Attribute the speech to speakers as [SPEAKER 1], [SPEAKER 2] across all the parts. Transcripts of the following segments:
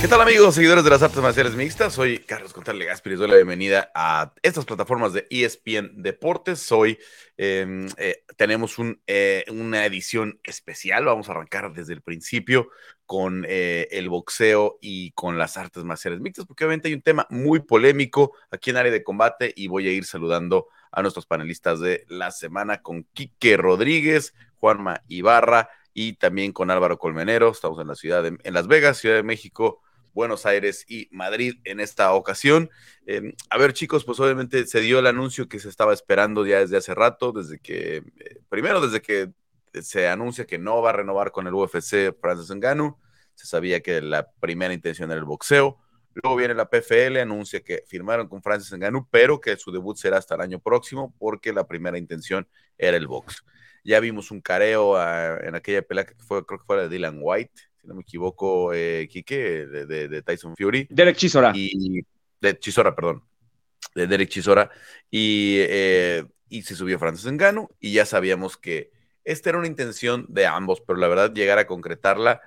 [SPEAKER 1] tal, amigos, seguidores de las artes marciales mixtas? Soy Carlos Contreras Legaspi y les doy la bienvenida a estas plataformas de ESPN Deportes. Hoy tenemos una edición especial. Vamos a arrancar desde el principio con el boxeo y con las artes marciales mixtas, porque obviamente hay un tema muy polémico aquí en Área de Combate y voy a ir saludando a nuestros panelistas de la semana con Quique Rodríguez, Juanma Ibarra y también con Álvaro Colmenero. Estamos en Las Vegas, Ciudad de México, Buenos Aires y Madrid en esta ocasión. A ver, chicos, pues obviamente se dio el anuncio que se estaba esperando ya desde hace rato, primero desde que se anuncia que no va a renovar con el UFC Francis Ngannou. Se sabía que la primera intención era el boxeo. Luego viene la PFL, anuncia que firmaron con Francis Ngannou, pero que su debut será hasta el año próximo porque la primera intención era el box. Ya vimos un careo en aquella pelea que fue, creo que fue la de Dylan White, si no me equivoco, Quique, de Tyson Fury.
[SPEAKER 2] Derek Chisora.
[SPEAKER 1] Y de Chisora, perdón. De Derek Chisora. Y se subió Francis Ngannou y ya sabíamos que esta era una intención de ambos, pero la verdad llegar a concretarla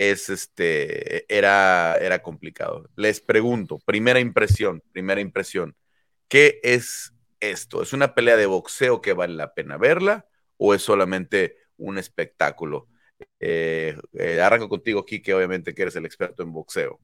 [SPEAKER 1] era complicado. Les pregunto, primera impresión, ¿qué es esto? ¿Es una pelea de boxeo que vale la pena verla o es solamente un espectáculo? Arranco contigo, Quique, obviamente que eres el experto en boxeo.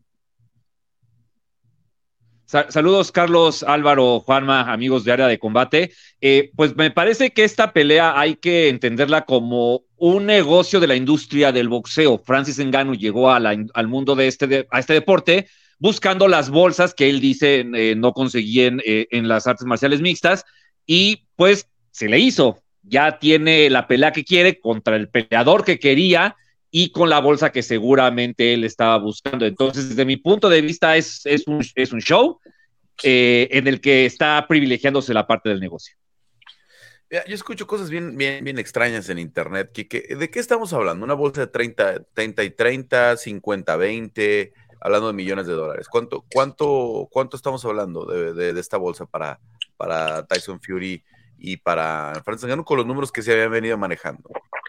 [SPEAKER 2] Saludos, Carlos, Álvaro, Juanma, amigos de Área de Combate. Pues me parece que esta pelea hay que entenderla como un negocio de la industria del boxeo. Francis Ngannou llegó al mundo a este deporte buscando las bolsas que él dice no conseguían en las artes marciales mixtas y pues se le hizo. Ya tiene la pelea que quiere contra el peleador que quería y con la bolsa que seguramente él estaba buscando. Entonces, desde mi punto de vista, es un show en el que está privilegiándose la parte del negocio.
[SPEAKER 1] Yo escucho cosas bien extrañas en internet, Kike. ¿De qué estamos hablando? ¿Una bolsa de 30 y 30, 50, 20, hablando de millones de dólares? ¿Cuánto estamos hablando de esta bolsa para Tyson Fury y para Francis Ngannou con los números que se habían venido manejando?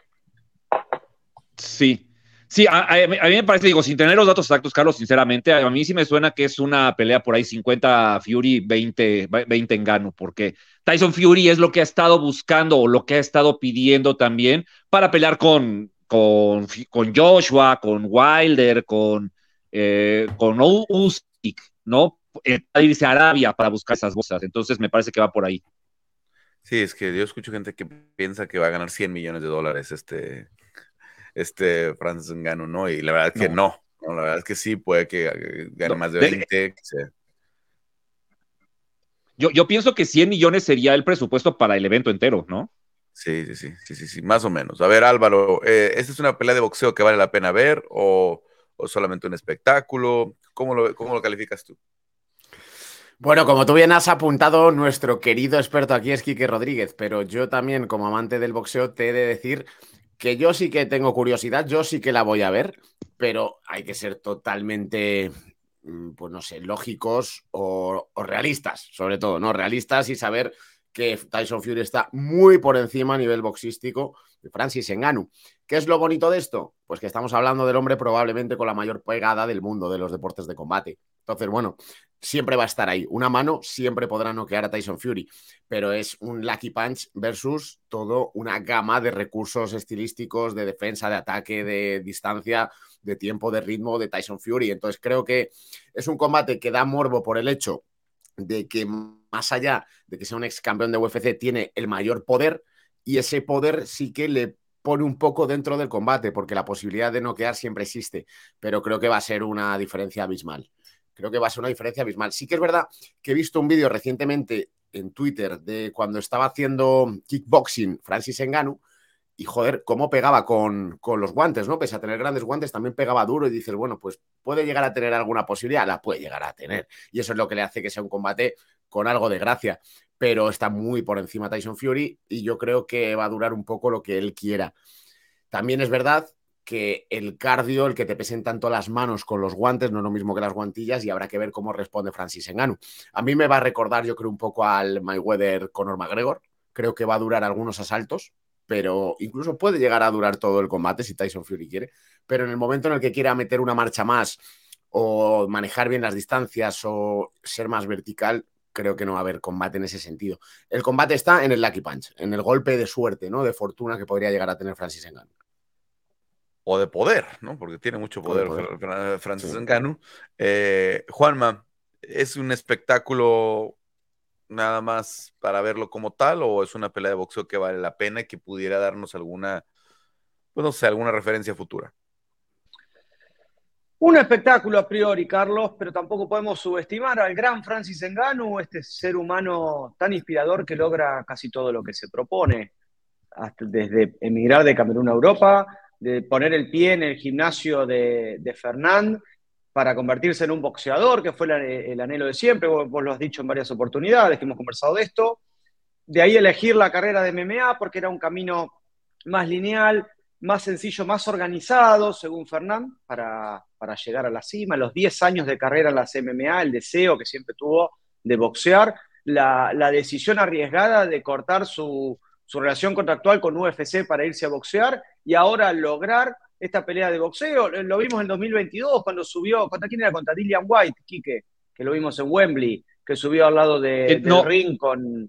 [SPEAKER 2] Sí. Sí, a mí me parece, digo, sin tener los datos exactos, Carlos, sinceramente, a mí sí me suena que es una pelea por ahí 50 Fury, 20 Ngannou, porque Tyson Fury es lo que ha estado buscando o lo que ha estado pidiendo también para pelear con Joshua, con Wilder, con Usyk, ¿no? Irse a Arabia para buscar esas bolsas. Entonces me parece que va por ahí.
[SPEAKER 1] Sí, es que yo escucho gente que piensa que va a ganar 100 millones de dólares Francis Ngannou, ¿no? Y la verdad es que no. La verdad es que sí, puede que gane más de 20.
[SPEAKER 2] Yo pienso que 100 millones sería el presupuesto para el evento entero, ¿no?
[SPEAKER 1] Sí, más o menos. A ver, Álvaro, ¿esta es una pelea de boxeo que vale la pena ver o solamente un espectáculo? ¿Cómo lo calificas tú?
[SPEAKER 3] Bueno, como tú bien has apuntado, nuestro querido experto aquí es Quique Rodríguez, pero yo también, como amante del boxeo, te he de decir que yo sí que tengo curiosidad, yo sí que la voy a ver, pero hay que ser totalmente, pues no sé, lógicos o realistas, sobre todo, ¿no? Realistas y saber que Tyson Fury está muy por encima a nivel boxístico de Francis Ngannou. ¿Qué es lo bonito de esto? Pues que estamos hablando del hombre probablemente con la mayor pegada del mundo de los deportes de combate. Entonces, bueno, siempre va a estar ahí. Una mano siempre podrá noquear a Tyson Fury, pero es un lucky punch versus todo una gama de recursos estilísticos, de defensa, de ataque, de distancia, de tiempo, de ritmo de Tyson Fury. Entonces creo que es un combate que da morbo por el hecho de que más allá de que sea un ex campeón de UFC, tiene el mayor poder y ese poder sí que le pone un poco dentro del combate, porque la posibilidad de noquear siempre existe, pero creo que va a ser una diferencia abismal. Sí que es verdad que he visto un vídeo recientemente en Twitter de cuando estaba haciendo kickboxing Francis Ngannou y joder, cómo pegaba con los guantes, ¿no? Pese a tener grandes guantes, también pegaba duro y dices, bueno, pues puede llegar a tener alguna posibilidad, la puede llegar a tener. Y eso es lo que le hace que sea un combate con algo de gracia. Pero está muy por encima Tyson Fury y yo creo que va a durar un poco lo que él quiera. También es verdad que el cardio, el que te pesen tanto las manos con los guantes, no es lo mismo que las guantillas y habrá que ver cómo responde Francis Ngannou. A mí me va a recordar, yo creo, un poco al Mayweather Conor McGregor. Creo que va a durar algunos asaltos, pero incluso puede llegar a durar todo el combate si Tyson Fury quiere. Pero en el momento en el que quiera meter una marcha más o manejar bien las distancias o ser más vertical, creo que no va a haber combate en ese sentido. El combate está en el lucky punch, en el golpe de suerte, ¿no? De fortuna que podría llegar a tener Francis Ngannou.
[SPEAKER 1] O de poder, ¿no? Porque tiene mucho poder, Francis Ngannou. Juanma, ¿es un espectáculo nada más para verlo como tal o es una pelea de boxeo que vale la pena y que pudiera darnos alguna, pues no sé, alguna referencia futura?
[SPEAKER 4] Un espectáculo a priori, Carlos, pero tampoco podemos subestimar al gran Francis Ngannou, este ser humano tan inspirador que logra casi todo lo que se propone, hasta desde emigrar de Camerún a Europa, de poner el pie en el gimnasio de Fernand para convertirse en un boxeador, que fue el anhelo de siempre, vos lo has dicho en varias oportunidades que hemos conversado de esto, de ahí elegir la carrera de MMA porque era un camino más lineal, más sencillo, más organizado, según Fernand, para llegar a la cima. Los 10 años de carrera en las MMA, el deseo que siempre tuvo de boxear, la decisión arriesgada de cortar su relación contractual con UFC para irse a boxear y ahora lograr esta pelea de boxeo. Lo vimos en 2022 cuando subió, ¿contra quién era? Contra Dillian White, Quique, que lo vimos en Wembley, que subió al lado del ring con...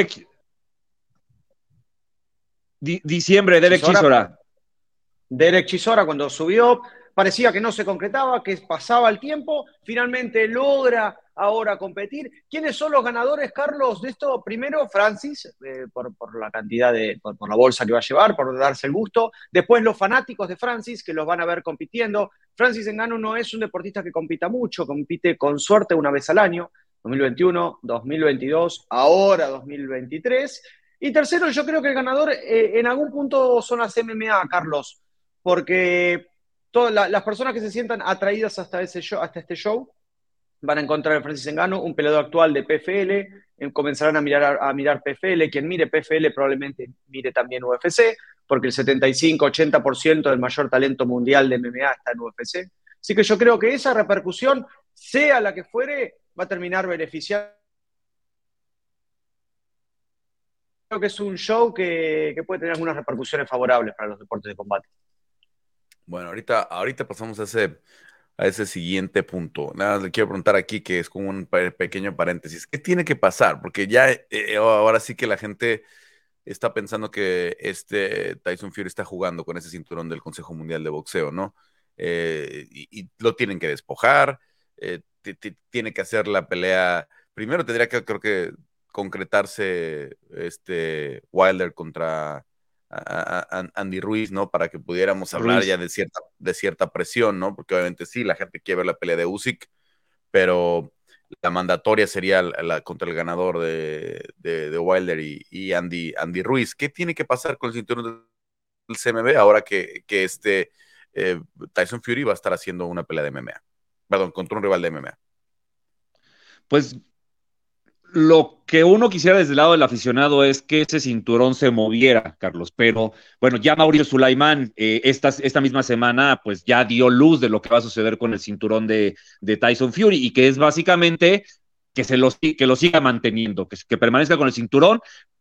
[SPEAKER 2] Diciembre, Derek Chisora.
[SPEAKER 4] Derek Chisora cuando subió, parecía que no se concretaba, que pasaba el tiempo, finalmente logra ahora competir. ¿Quiénes son los ganadores, Carlos, de esto? Primero, Francis, por la cantidad por la bolsa que va a llevar, por darse el gusto. Después, los fanáticos de Francis, que los van a ver compitiendo. Francis Ngannou no es un deportista que compita mucho, compite con suerte una vez al año, 2021, 2022, ahora 2023. Y tercero, yo creo que el ganador en algún punto son las MMA, Carlos, porque todas las personas que se sientan atraídas hasta este show van a encontrar en Francis Ngannou un peleador actual de PFL, comenzarán a mirar PFL, quien mire PFL probablemente mire también UFC, porque el 75-80% del mayor talento mundial de MMA está en UFC. Así que yo creo que esa repercusión, sea la que fuere, va a terminar beneficiando. Creo que es un show que puede tener algunas repercusiones favorables para los deportes de combate.
[SPEAKER 1] Bueno, ahorita pasamos a ese siguiente punto. Nada más le quiero preguntar aquí, que es como un pequeño paréntesis. ¿Qué tiene que pasar? Porque ya ahora sí que la gente está pensando que Tyson Fury está jugando con ese cinturón del Consejo Mundial de Boxeo, ¿no? Y lo tienen que despojar, tiene que hacer la pelea. Primero tendría que, creo que, concretarse Wilder contra Andy Ruiz, ¿no? Para que pudiéramos hablar ya de cierta presión, ¿no? Porque obviamente sí, la gente quiere ver la pelea de Usyk, pero la mandatoria sería contra el ganador de Wilder y Andy Ruiz. ¿Qué tiene que pasar con el cinturón del CMB ahora que Tyson Fury va a estar haciendo una pelea de MMA? Perdón, contra un rival de MMA.
[SPEAKER 2] Pues lo que uno quisiera desde el lado del aficionado es que ese cinturón se moviera, Carlos, pero bueno, ya Mauricio Sulaimán esta misma semana pues ya dio luz de lo que va a suceder con el cinturón de Tyson Fury y que es básicamente que lo siga manteniendo, que permanezca con el cinturón.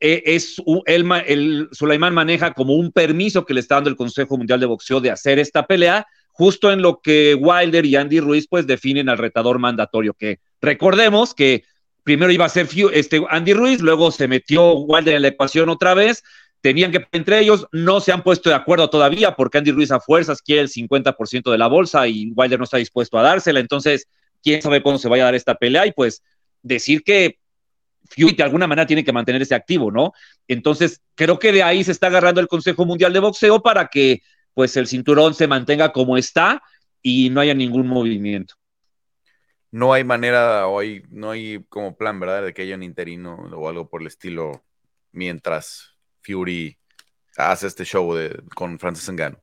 [SPEAKER 2] Sulaimán maneja como un permiso que le está dando el Consejo Mundial de Boxeo de hacer esta pelea, justo en lo que Wilder y Andy Ruiz pues definen al retador mandatorio, que recordemos que primero iba a ser Andy Ruiz, luego se metió Wilder en la ecuación otra vez, tenían que, entre ellos, no se han puesto de acuerdo todavía, porque Andy Ruiz a fuerzas quiere el 50% de la bolsa y Wilder no está dispuesto a dársela, entonces, quién sabe cuándo se vaya a dar esta pelea, y pues, decir que Fury de alguna manera tiene que mantener ese activo, ¿no? Entonces, creo que de ahí se está agarrando el Consejo Mundial de Boxeo para que, pues, el cinturón se mantenga como está y no haya ningún movimiento.
[SPEAKER 1] No hay manera, no hay como plan, ¿verdad? De que haya un interino o algo por el estilo mientras Fury hace este show con Francis Ngannou.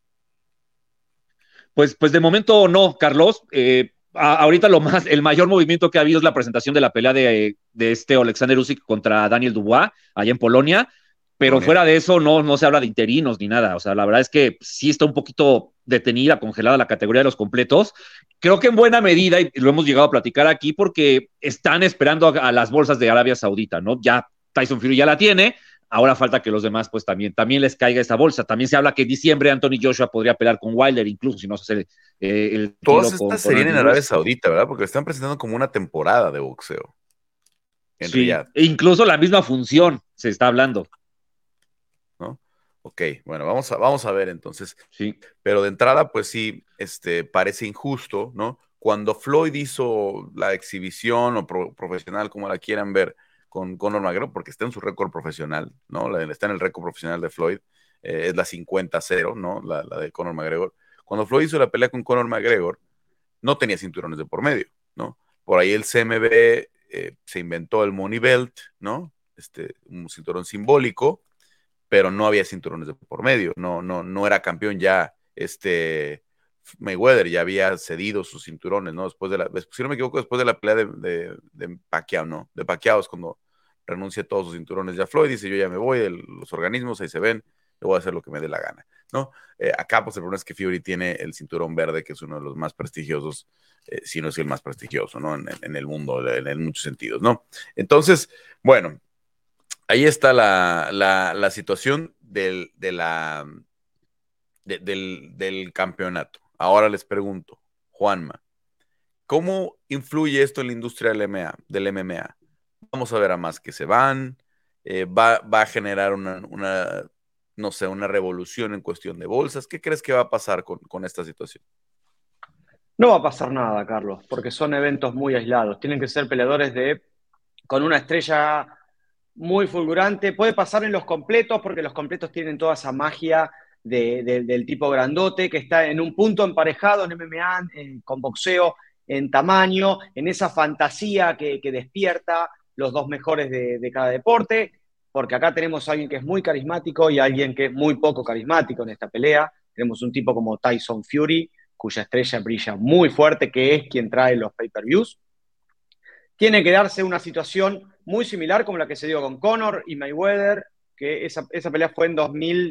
[SPEAKER 2] Pues de momento no, Carlos. Ahorita el mayor movimiento que ha habido es la presentación de la pelea de Alexander Usyk contra Daniel Dubois allá en Polonia, pero fuera de eso no se habla de interinos ni nada. O sea, la verdad es que sí está un poquito detenida, congelada la categoría de los completos. Creo que en buena medida, y lo hemos llegado a platicar aquí, porque están esperando a las bolsas de Arabia Saudita, ¿no? Ya Tyson Fury ya la tiene, Ahora falta que los demás pues también les caiga esa bolsa. También se habla que en diciembre Anthony Joshua podría pelear con Wilder, incluso si no se hace el
[SPEAKER 1] Todas
[SPEAKER 2] tiro
[SPEAKER 1] estas
[SPEAKER 2] con
[SPEAKER 1] serían en
[SPEAKER 2] Anthony
[SPEAKER 1] Arabia
[SPEAKER 2] Joshua.
[SPEAKER 1] Saudita, ¿verdad? Porque están presentando como una temporada de boxeo en
[SPEAKER 2] Sí,
[SPEAKER 1] Riyadh,
[SPEAKER 2] e incluso la misma función se está hablando.
[SPEAKER 1] ¿no? Ok, bueno, vamos a ver entonces.
[SPEAKER 2] Sí.
[SPEAKER 1] Pero de entrada, pues sí, parece injusto, ¿no? Cuando Floyd hizo la exhibición o profesional, como la quieran ver, con Conor McGregor, porque está en su récord profesional, ¿no? Está en el récord profesional de Floyd, es la 50-0, ¿no? La de Conor McGregor. Cuando Floyd hizo la pelea con Conor McGregor, no tenía cinturones de por medio, ¿no? Por ahí el CMB se inventó el Money Belt, ¿no? Un cinturón simbólico, pero no había cinturones de por medio, no era campeón ya Mayweather, ya había cedido sus cinturones, ¿no? Si no me equivoco, después de la pelea de Pacquiao, ¿no? De Pacquiao es cuando renuncia a todos sus cinturones. Ya Floyd dice, yo ya me voy, los organismos ahí se ven, yo voy a hacer lo que me dé la gana, ¿no? Acá, pues el problema es que Fury tiene el cinturón verde, que es uno de los más prestigiosos, si no es el más prestigioso, ¿no? En el mundo, en muchos sentidos, ¿no? Entonces, bueno, ahí está la situación del campeonato. Ahora les pregunto, Juanma, ¿cómo influye esto en la industria del MMA? Vamos a ver a más que se van, va a generar no sé, una revolución en cuestión de bolsas. ¿Qué crees que va a pasar con esta situación?
[SPEAKER 4] No va a pasar nada, Carlos, porque son eventos muy aislados. Tienen que ser peleadores con una estrella muy fulgurante. Puede pasar en los completos, porque los completos tienen toda esa magia del tipo grandote, que está en un punto emparejado en MMA, con boxeo, en tamaño, en esa fantasía que despierta los dos mejores de cada deporte, porque acá tenemos a alguien que es muy carismático y a alguien que es muy poco carismático en esta pelea. Tenemos un tipo como Tyson Fury, cuya estrella brilla muy fuerte, que es quien trae los pay-per-views. Tiene que darse una situación muy similar como la que se dio con Conor y Mayweather, que esa pelea fue en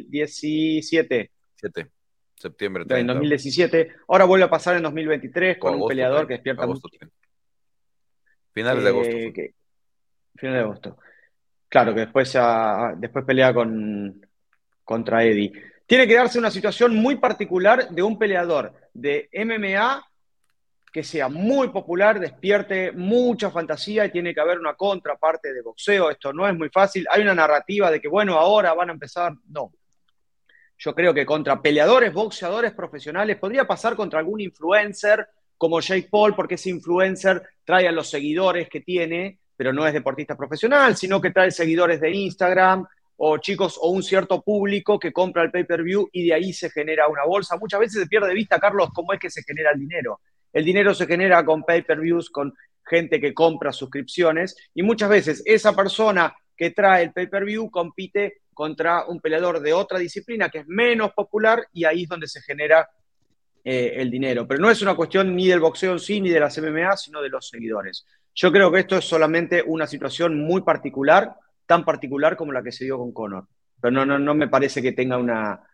[SPEAKER 4] 2017.
[SPEAKER 1] 7 septiembre
[SPEAKER 4] En
[SPEAKER 1] 30.
[SPEAKER 4] 2017. Ahora vuelve a pasar en 2023
[SPEAKER 1] O
[SPEAKER 4] con un
[SPEAKER 1] agosto
[SPEAKER 4] peleador que
[SPEAKER 1] 30.
[SPEAKER 4] despierta
[SPEAKER 1] Agosto
[SPEAKER 4] mucho.
[SPEAKER 1] 30. Finales de agosto fue.
[SPEAKER 4] Final de agosto. Claro, que después pelea contra Eddie. Tiene que darse una situación muy particular de un peleador de MMA que sea muy popular, despierte mucha fantasía y tiene que haber una contraparte de boxeo. Esto no es muy fácil. Hay una narrativa de que, bueno, ahora van a empezar. No. Yo creo que contra peleadores, boxeadores profesionales, podría pasar contra algún influencer como Jake Paul, porque ese influencer trae a los seguidores que tiene, pero no es deportista profesional, sino que trae seguidores de Instagram o chicos o un cierto público que compra el pay-per-view y de ahí se genera una bolsa. Muchas veces se pierde de vista, Carlos, cómo es que se genera el dinero. El dinero se genera con pay-per-views, con gente que compra suscripciones y muchas veces esa persona que trae el pay-per-view compite contra un peleador de otra disciplina que es menos popular y ahí es donde se genera el dinero. Pero no es una cuestión ni del boxeo en sí ni de las MMA, sino de los seguidores. Yo creo que esto es solamente una situación muy particular, tan particular como la que se dio con Conor. Pero no me parece que tenga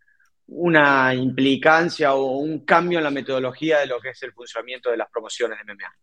[SPEAKER 4] una implicancia o un cambio en la metodología de lo que es el funcionamiento de las promociones de MMA.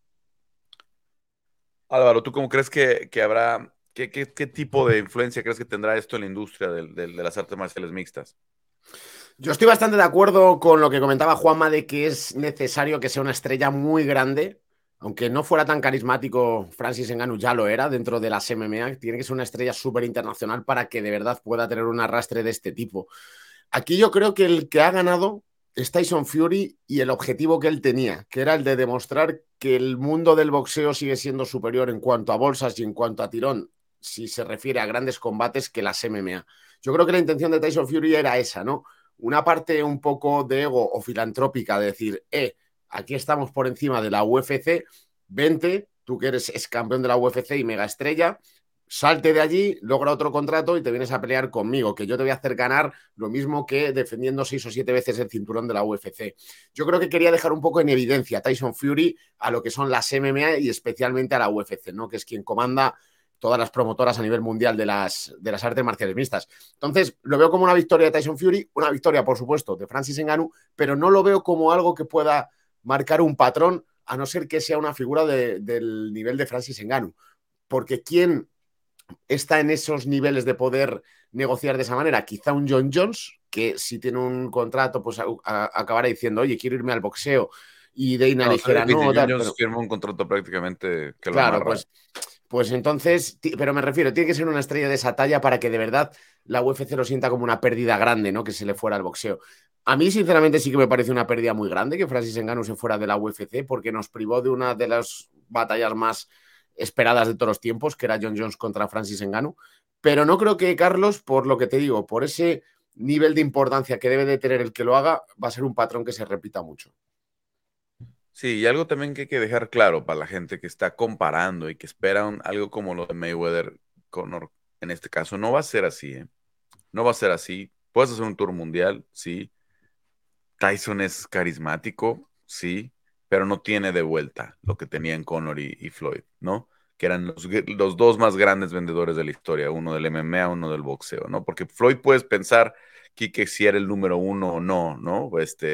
[SPEAKER 1] Álvaro, ¿tú cómo crees que habrá, qué tipo de influencia crees que tendrá esto en la industria de las artes marciales mixtas?
[SPEAKER 3] Yo estoy bastante de acuerdo con lo que comentaba Juanma de que es necesario que sea una estrella muy grande, aunque no fuera tan carismático, Francis Ngannou ya lo era dentro de las MMA, tiene que ser una estrella súper internacional para que de verdad pueda tener un arrastre de este tipo. Aquí yo creo que el que ha ganado es Tyson Fury y el objetivo que él tenía, que era el de demostrar que el mundo del boxeo sigue siendo superior en cuanto a bolsas y en cuanto a tirón, si se refiere a grandes combates, que las MMA. Yo creo que la intención de Tyson Fury era esa, ¿no? Una parte un poco de ego o filantrópica, de decir, aquí estamos por encima de la UFC, vente, tú que eres ex campeón de la UFC y mega estrella, salte de allí, logra otro contrato y te vienes a pelear conmigo, que yo te voy a hacer ganar lo mismo que defendiendo 6 o 7 veces el cinturón de la UFC. Yo creo que quería dejar un poco en evidencia a Tyson Fury a lo que son las MMA y especialmente a la UFC, ¿no? Que es quien comanda todas las promotoras a nivel mundial de las artes marciales mixtas. Entonces, lo veo como una victoria de Tyson Fury, una victoria, por supuesto, de Francis Ngannou, pero no lo veo como algo que pueda marcar un patrón, a no ser que sea una figura del nivel de Francis Ngannou. Porque ¿quién está en esos niveles de poder negociar de esa manera. Quizá un John Jones, que si tiene un contrato, pues acabará diciendo, oye, quiero irme al boxeo, y Dana dijera, no,
[SPEAKER 1] John
[SPEAKER 3] tal,
[SPEAKER 1] Jones
[SPEAKER 3] pero
[SPEAKER 1] firmó un contrato prácticamente que lo
[SPEAKER 3] claro,
[SPEAKER 1] amarra.
[SPEAKER 3] pues entonces, pero me refiero, tiene que ser una estrella de esa talla para que de verdad la UFC lo sienta como una pérdida grande, ¿no? Que se le fuera al boxeo. A mí, sinceramente, sí que me parece una pérdida muy grande que Francis Ngannou se fuera de la UFC porque nos privó de una de las batallas más esperadas de todos los tiempos, que era John Jones contra Francis Ngannou. Pero no creo que Carlos, por lo que te digo, por ese nivel de importancia que debe de tener el que lo haga, va a ser un patrón que se repita mucho.
[SPEAKER 1] Sí, y algo también que hay que dejar claro para la gente que está comparando y que espera algo como lo de Mayweather, Conor, en este caso, no va a ser así, ¿eh? No va a ser así. Puedes hacer un tour mundial, sí. Tyson es carismático, sí, pero no tiene de vuelta lo que tenían Conor y Floyd, ¿no? Que eran los dos más grandes vendedores de la historia, uno del MMA, uno del boxeo, ¿no? Porque Floyd puedes pensar que si era el número uno o no, ¿no?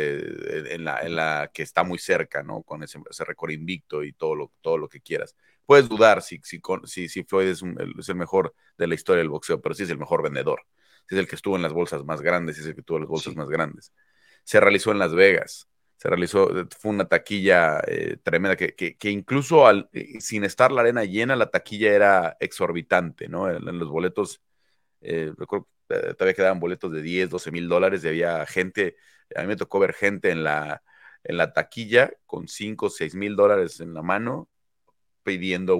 [SPEAKER 1] En la que está muy cerca, ¿no? Con ese récord invicto y todo lo que quieras. Puedes dudar si Floyd es el mejor de la historia del boxeo, pero sí es el mejor vendedor. Sí es el que estuvo en las bolsas más grandes, sí es el que tuvo las bolsas
[SPEAKER 2] Sí.
[SPEAKER 1] más grandes. Se realizó en Las Vegas, fue una taquilla tremenda, que incluso sin estar la arena llena, la taquilla era exorbitante, ¿no? En los boletos, recuerdo, todavía quedaban boletos de 10, $12,000 y había gente, a mí me tocó ver gente en la taquilla con $5, $6,000 en la mano pidiendo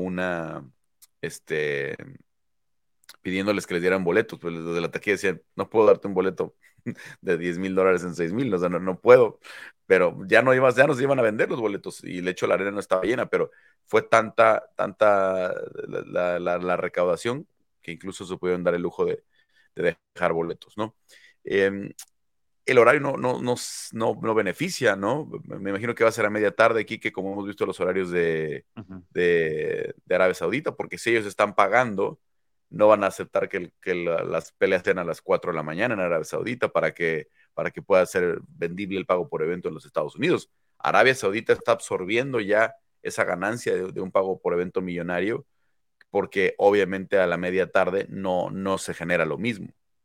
[SPEAKER 1] este, pidiéndoles que les dieran boletos, pues los de la taquilla decían, no puedo darte un boleto de $10,000 en 6,000, o sea, no puedo, pero ya nos iban a vender los boletos y el hecho la arena no estaba llena, pero fue tanta la recaudación que incluso se pudieron dar el lujo de dejar boletos, ¿no? Eh, el horario no beneficia, ¿no? Me imagino que va a ser a media tarde aquí, que como hemos visto los horarios
[SPEAKER 2] Uh-huh.
[SPEAKER 1] de Arabia Saudita, porque si ellos están pagando, no van a aceptar que las peleas estén a las 4 de la mañana en Arabia Saudita para que pueda ser vendible el pago por evento en los Estados Unidos. Arabia Saudita está absorbiendo ya esa ganancia de un pago por evento millonario, porque obviamente a la media tarde no se genera lo mismo.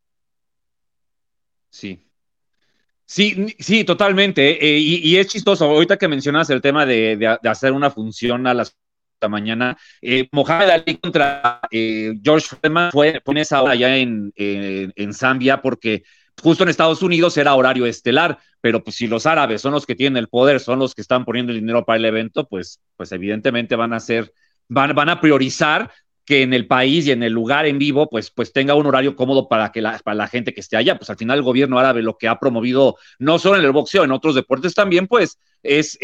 [SPEAKER 2] Sí. Sí, sí, totalmente. Y es chistoso, ahorita que mencionas el tema de hacer una función a las de la mañana, Mohamed Ali contra George Foreman fue en esa hora ya en Zambia, porque justo en Estados Unidos era horario estelar, pero pues si los árabes son los que tienen el poder, son los que están poniendo el dinero para el evento, pues evidentemente van a priorizar que en el país y en el lugar en vivo, pues tenga un horario cómodo para la gente que esté allá. Pues al final el gobierno árabe lo que ha promovido, no solo en el boxeo, en otros deportes también, pues es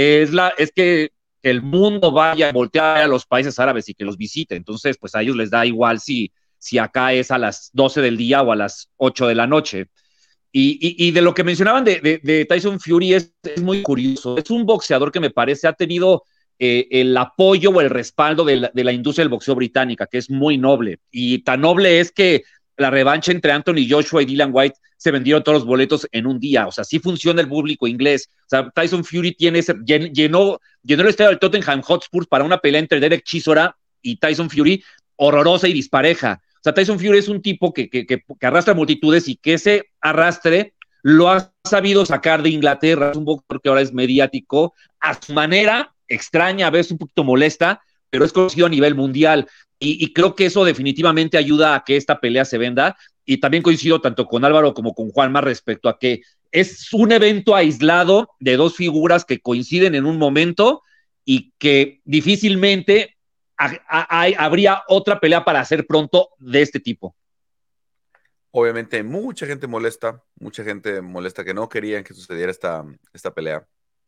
[SPEAKER 2] que el mundo vaya a voltear a los países árabes y que los visite. Entonces, pues a ellos les da igual si acá es a las 12 del día o a las 8 de la noche. Y de lo que mencionaban de Tyson Fury es muy curioso. Es un boxeador que me parece ha tenido el apoyo o el respaldo de la industria del boxeo británica, que es muy noble. Y tan noble es que la revancha entre Anthony Joshua y Dillian White se vendieron todos los boletos en un día. O sea, sí funciona el público inglés. O sea, Tyson Fury llenó el estadio del Tottenham Hotspur para una pelea entre Derek Chisora y Tyson Fury, horrorosa y dispareja. O sea, Tyson Fury es un tipo que arrastra multitudes y que ese arrastre lo ha sabido sacar de Inglaterra. Es un boxeador que ahora es mediático a su manera, extraña, a veces un poquito molesta, pero es conocido a nivel mundial. Y creo que eso definitivamente ayuda a que esta pelea se venda. Y también coincido tanto con Álvaro como con Juanma respecto a que es un evento aislado de dos figuras que coinciden en un momento y que difícilmente habría otra pelea para hacer pronto de este tipo.
[SPEAKER 1] Obviamente, mucha gente molesta que no querían que sucediera esta pelea.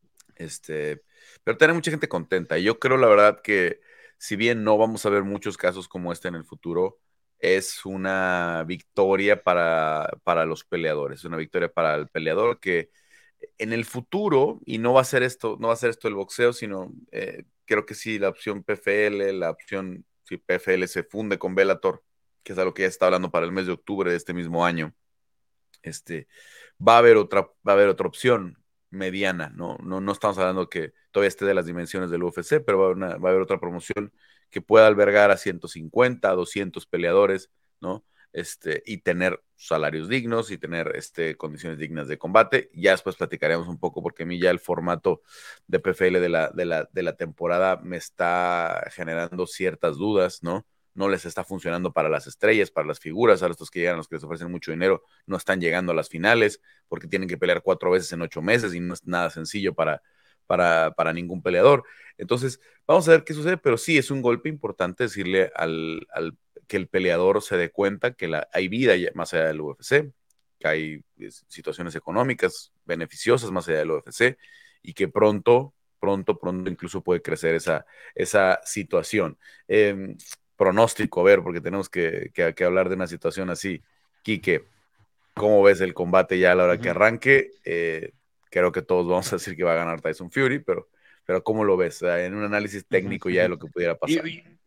[SPEAKER 1] Pero tiene mucha gente contenta. Y yo creo, la verdad, que si bien no vamos a ver muchos casos como este en el futuro, es una victoria para los peleadores, una victoria para el peleador que en el futuro, y no va a ser esto el boxeo, sino creo que sí, la opción PFL, si PFL se funde con Bellator, que es algo que ya está hablando para el mes de octubre de este mismo año, este, va a haber otra opción mediana, ¿no? No estamos hablando que todavía esté de las dimensiones del UFC, pero va a haber otra promoción que pueda albergar a 150, a 200 peleadores, ¿no? y tener salarios dignos y tener condiciones dignas de combate. Ya después platicaremos un poco, porque a mí ya el formato de PFL de la temporada me está generando ciertas dudas, ¿no? No les está funcionando para las estrellas, para las figuras. Ahora estos que llegan, los que les ofrecen mucho dinero, no están llegando a las finales porque tienen que pelear 4 veces en 8 meses y no es nada sencillo para ningún peleador. Entonces, vamos a ver qué sucede, pero sí es un golpe importante decirle que el peleador se dé cuenta que hay vida más allá del UFC, que hay situaciones económicas beneficiosas más allá del UFC y que pronto incluso puede crecer esa situación. Pronóstico, a ver, porque tenemos que hablar de una situación así. Quique, ¿cómo ves el combate ya a la hora que arranque? Creo que todos vamos a decir que va a ganar Tyson Fury, pero ¿cómo lo ves? En un análisis técnico ya de lo que pudiera pasar.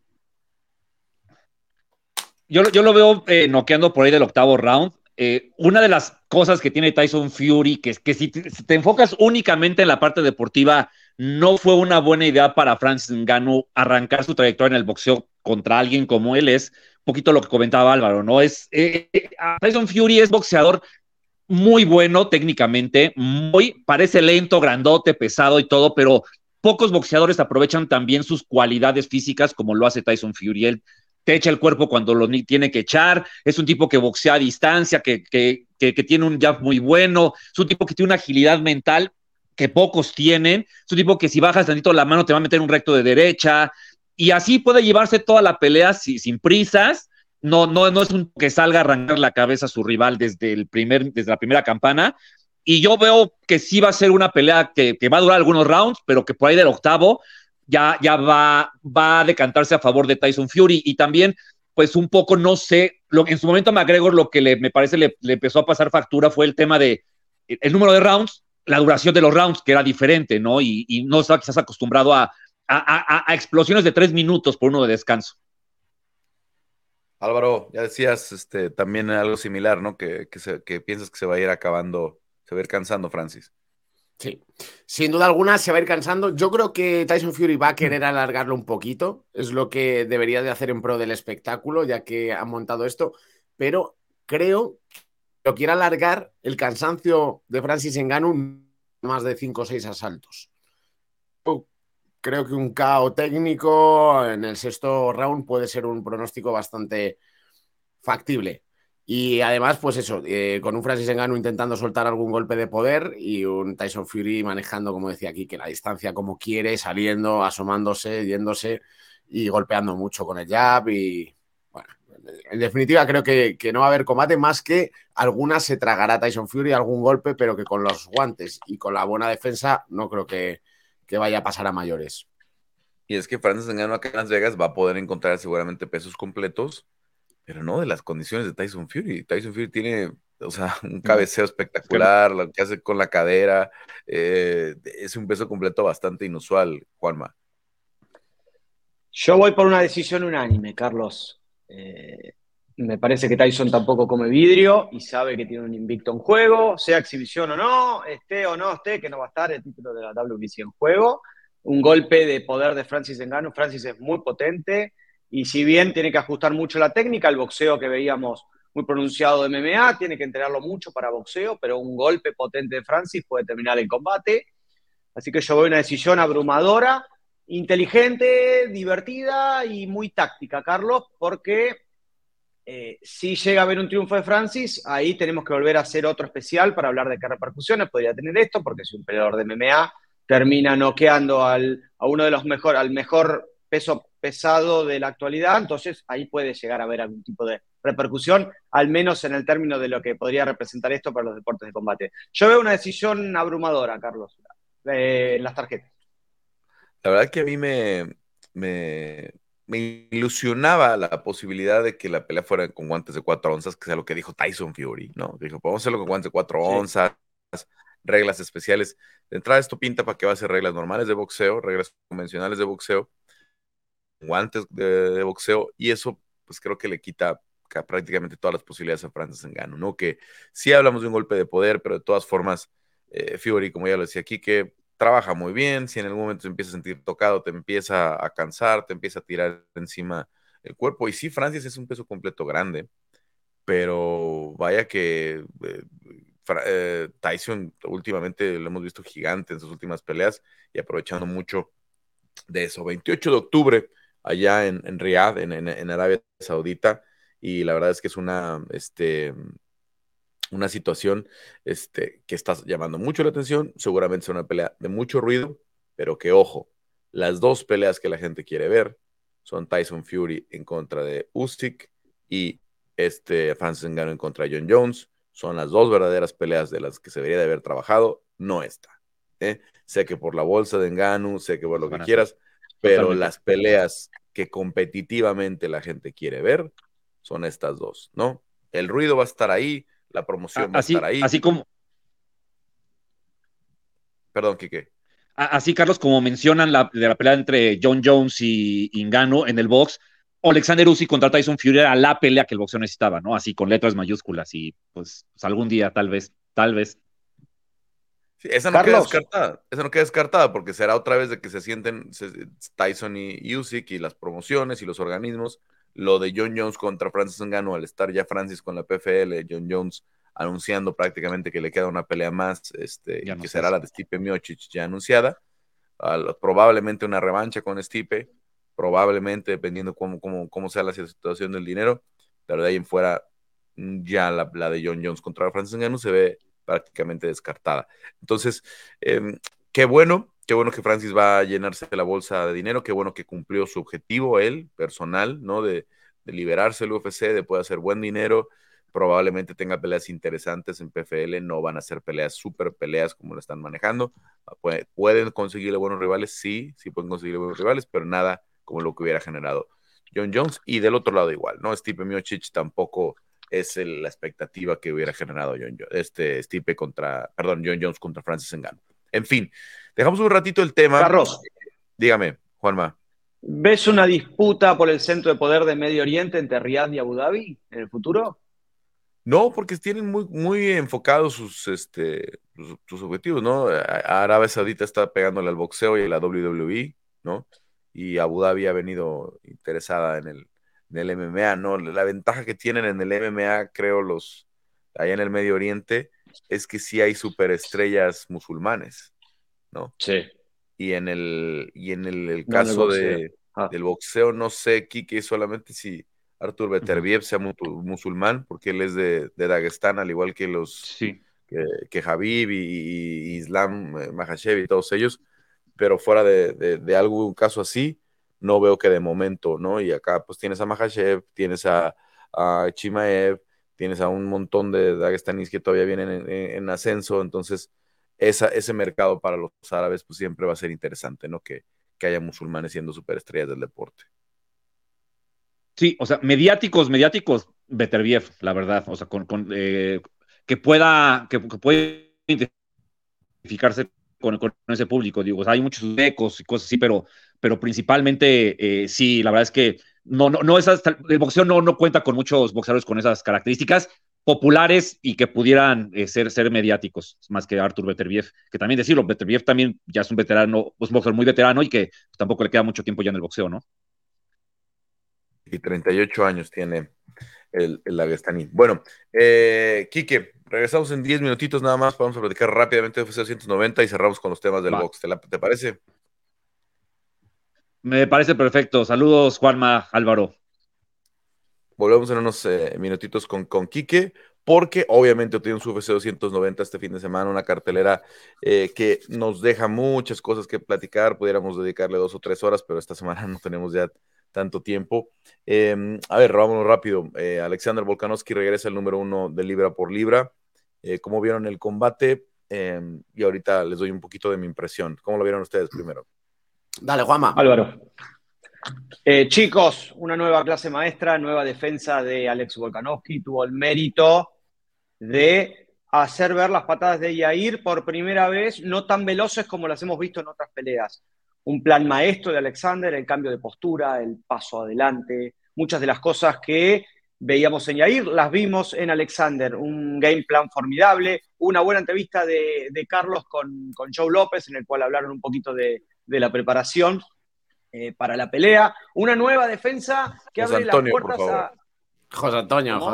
[SPEAKER 2] Yo lo veo noqueando por ahí del octavo round. Una de las cosas que tiene Tyson Fury, que si te enfocas únicamente en la parte deportiva, no fue una buena idea para Francis Ngannou arrancar su trayectoria en el boxeo contra alguien como él. Es un poquito lo que comentaba Álvaro, ¿no? Tyson Fury es boxeador muy bueno técnicamente, parece lento, grandote, pesado y todo, pero pocos boxeadores aprovechan también sus cualidades físicas como lo hace Tyson Fury. Él te echa el cuerpo cuando lo tiene que echar, es un tipo que boxea a distancia, que tiene un jab muy bueno, es un tipo que tiene una agilidad mental que pocos tienen, es un tipo que si bajas tantito la mano te va a meter un recto de derecha, y así puede llevarse toda la pelea sin prisas. No es un que salga a arrancar la cabeza a su rival desde la primera campana. Y yo veo que sí va a ser una pelea que va a durar algunos rounds, pero que por ahí del octavo ya va a decantarse a favor de Tyson Fury. Y también, pues un poco, no sé, en su momento a McGregor lo que me parece le empezó a pasar factura fue el tema de el número de rounds, la duración de los rounds, que era diferente, ¿no? Y no estaba quizás acostumbrado a explosiones de 3 minutos por uno de descanso.
[SPEAKER 1] Álvaro, ya decías también algo similar, ¿no? Que piensas que se va a ir acabando, se va a ir cansando Francis.
[SPEAKER 3] Sí, sin duda alguna se va a ir cansando. Yo creo que Tyson Fury va a querer alargarlo un poquito. Es lo que debería de hacer en pro del espectáculo, ya que han montado esto. Pero creo que lo quiere alargar el cansancio de Francis Ngannou más de 5 o 6 asaltos. Creo que un KO técnico en el sexto round puede ser un pronóstico bastante factible. Y además, pues eso, con un Francis Ngannou intentando soltar algún golpe de poder y un Tyson Fury manejando, como decía aquí, que la distancia como quiere, saliendo, asomándose, yéndose y golpeando mucho con el jab. Y bueno, en definitiva creo que no va a haber combate, más que algunas se tragará Tyson Fury algún golpe, pero que con los guantes y con la buena defensa no creo que vaya a pasar a mayores.
[SPEAKER 1] Y es que Francis Ngannou acá en Las Vegas va a poder encontrar seguramente pesos completos, pero no de las condiciones de Tyson Fury. Tyson Fury tiene, o sea, un cabeceo espectacular, lo que hace con la cadera, es un peso completo bastante inusual, Juanma.
[SPEAKER 4] Yo voy por una decisión unánime, Carlos. Me parece que Tyson tampoco come vidrio y sabe que tiene un invicto en juego, sea exhibición o no, esté o no esté, que no va a estar el título de la WBC en juego. Un golpe de poder de Francis Ngannou. Francis es muy potente y si bien tiene que ajustar mucho la técnica, el boxeo que veíamos muy pronunciado de MMA, tiene que entrenarlo mucho para boxeo, pero un golpe potente de Francis puede terminar el combate. Así que yo voy a una decisión abrumadora, inteligente, divertida y muy táctica, Carlos, porque si llega a haber un triunfo de Francis, ahí tenemos que volver a hacer otro especial para hablar de qué repercusiones podría tener esto, porque si un peleador de MMA termina noqueando a uno de los al mejor peso pesado de la actualidad, entonces ahí puede llegar a haber algún tipo de repercusión, al menos en el término de lo que podría representar esto para los deportes de combate. Yo veo una decisión abrumadora, Carlos, las tarjetas.
[SPEAKER 1] La verdad que a mí me ilusionaba la posibilidad de que la pelea fuera con guantes de 4 onzas, que sea lo que dijo Tyson Fury, ¿no? Dijo, podemos hacerlo con guantes de 4 onzas, reglas especiales. De entrada, esto pinta para que va a ser reglas normales de boxeo, reglas convencionales de boxeo, guantes de boxeo, y eso, pues creo que le quita prácticamente todas las posibilidades a Francis Ngannou, ¿no? Que sí hablamos de un golpe de poder, pero de todas formas, Fury, como ya lo decía aquí, que trabaja muy bien, si en algún momento se empieza a sentir tocado, te empieza a cansar, te empieza a tirar encima el cuerpo, y sí, Francis es un peso completo grande, pero vaya que Tyson últimamente lo hemos visto gigante en sus últimas peleas y aprovechando mucho de eso. 28 de octubre, allá en Riyadh, en Arabia Saudita, y la verdad es que es una situación que está llamando mucho la atención. Seguramente es una pelea de mucho ruido, pero que ojo, las dos peleas que la gente quiere ver son Tyson Fury en contra de Usyk y Francis Ngannou en contra de John Jones. Son las dos verdaderas peleas de las que se debería de haber trabajado, no esta. Sé que por la bolsa de Ngannou, sé que por lo que quieras, pero
[SPEAKER 2] Totalmente.
[SPEAKER 1] las peleas que competitivamente la gente quiere ver son estas dos, ¿no? El ruido va a estar ahí, la promoción va a estar ahí.
[SPEAKER 2] Así como,
[SPEAKER 1] Perdón, Quique.
[SPEAKER 2] así, Carlos, como mencionan de la pelea entre John Jones y Ngannou en el box, Alexander Usyk contra Tyson Fury era la pelea que el boxeo necesitaba, ¿no? Así con letras mayúsculas y pues algún día, tal vez.
[SPEAKER 1] Sí, esa no queda
[SPEAKER 4] Carlos,
[SPEAKER 1] descartada, porque será otra vez de que se sienten Tyson y Usyk y las promociones y los organismos. Lo de John Jones contra Francis Ngannou, al estar ya Francis con la PFL, John Jones anunciando prácticamente que le queda una pelea más, y que será la de Stipe Miocic ya anunciada. Probablemente una revancha con Stipe, probablemente dependiendo cómo sea la situación del dinero, pero de ahí en fuera ya la de John Jones contra Francis Ngannou se ve prácticamente descartada. Entonces, qué bueno que Francis va a llenarse la bolsa de dinero, qué bueno que cumplió su objetivo él, personal, ¿no? De liberarse del UFC, de poder hacer buen dinero, probablemente tenga peleas interesantes en PFL, no van a ser peleas, super peleas como lo están manejando, pueden conseguirle buenos rivales, sí pueden conseguirle buenos rivales, pero nada como lo que hubiera generado John Jones, y del otro lado igual, ¿no? Stipe Miocic tampoco es la expectativa que hubiera generado John Jones contra Francis Ngannou. En fin, dejamos un ratito el tema.
[SPEAKER 4] Carlos,
[SPEAKER 1] dígame, Juanma.
[SPEAKER 4] ¿ves una disputa por el centro de poder de Medio Oriente entre Riyadh y Abu Dhabi en el futuro?
[SPEAKER 1] No, porque tienen muy enfocados sus objetivos, ¿no? Arabia Saudita está pegándole al boxeo y a la WWE, ¿no? Y Abu Dhabi ha venido interesada en el MMA, ¿no? La ventaja que tienen en el MMA, creo, allá en el Medio Oriente, es que sí hay superestrellas musulmanes, ¿no?
[SPEAKER 4] Sí.
[SPEAKER 1] Y en el
[SPEAKER 4] No en el
[SPEAKER 1] caso
[SPEAKER 4] boxeo.
[SPEAKER 1] del boxeo, no sé, Kike, solamente si Artur Beterbiev sea musulmán, porque él es de Dagestán, al igual que
[SPEAKER 2] Sí.
[SPEAKER 1] que Khabib y Islam Makhachev y todos ellos, pero fuera de algún caso así, no veo que de momento, ¿no? Y acá pues tienes a Makhachev, tienes a Chimaev, tienes a un montón de dagestaníes que todavía vienen en ascenso, entonces ese mercado para los árabes pues siempre va a ser interesante, ¿no? Que haya musulmanes siendo superestrellas del deporte.
[SPEAKER 2] Sí, o sea, mediáticos, Beterbiev, la verdad, o sea, que pueda identificarse con ese público, digo, o sea, hay muchos ecos y cosas así, pero principalmente, sí, la verdad es que el boxeo no cuenta con muchos boxeadores con esas características populares y que pudieran ser mediáticos, más que Artur Beterbiev, que también decirlo, Beterbiev también ya es un veterano, un boxeador muy veterano y que tampoco le queda mucho tiempo ya en el boxeo, ¿no?
[SPEAKER 1] Y 38 años tiene el Dagestaní. Bueno, Quique, regresamos en 10 minutitos nada más. Vamos a platicar rápidamente de UFC 190 y cerramos con los temas del box. ¿Te parece?
[SPEAKER 2] Me parece perfecto. Saludos, Juanma, Álvaro.
[SPEAKER 1] Volvemos en unos minutitos con Quique, porque obviamente tiene un UFC 290 este fin de semana, una cartelera que nos deja muchas cosas que platicar. Pudiéramos dedicarle 2 o 3 horas, pero esta semana no tenemos ya tanto tiempo. A ver, vámonos rápido. Alexander Volkanovski regresa al número 1 de libra por libra. ¿Cómo vieron el combate? Y ahorita les doy un poquito de mi impresión. ¿Cómo lo vieron ustedes primero?
[SPEAKER 3] Dale, Juanma.
[SPEAKER 4] Álvaro. Chicos, una nueva clase maestra, nueva defensa de Alex Volkanovski. Tuvo el mérito de hacer ver las patadas de Yair por primera vez, no tan veloces como las hemos visto en otras peleas. Un plan maestro de Alexander, el cambio de postura, el paso adelante, muchas de las cosas que veíamos en Yair, las vimos en Alexander. Un game plan formidable, una buena entrevista de Carlos con Joe López, en el cual hablaron un poquito de la preparación para la pelea. Una nueva defensa que
[SPEAKER 1] José
[SPEAKER 4] abre
[SPEAKER 1] Antonio,
[SPEAKER 4] las puertas
[SPEAKER 1] por favor.
[SPEAKER 4] a...
[SPEAKER 3] José Antonio,
[SPEAKER 4] ¿Cómo?
[SPEAKER 3] joder.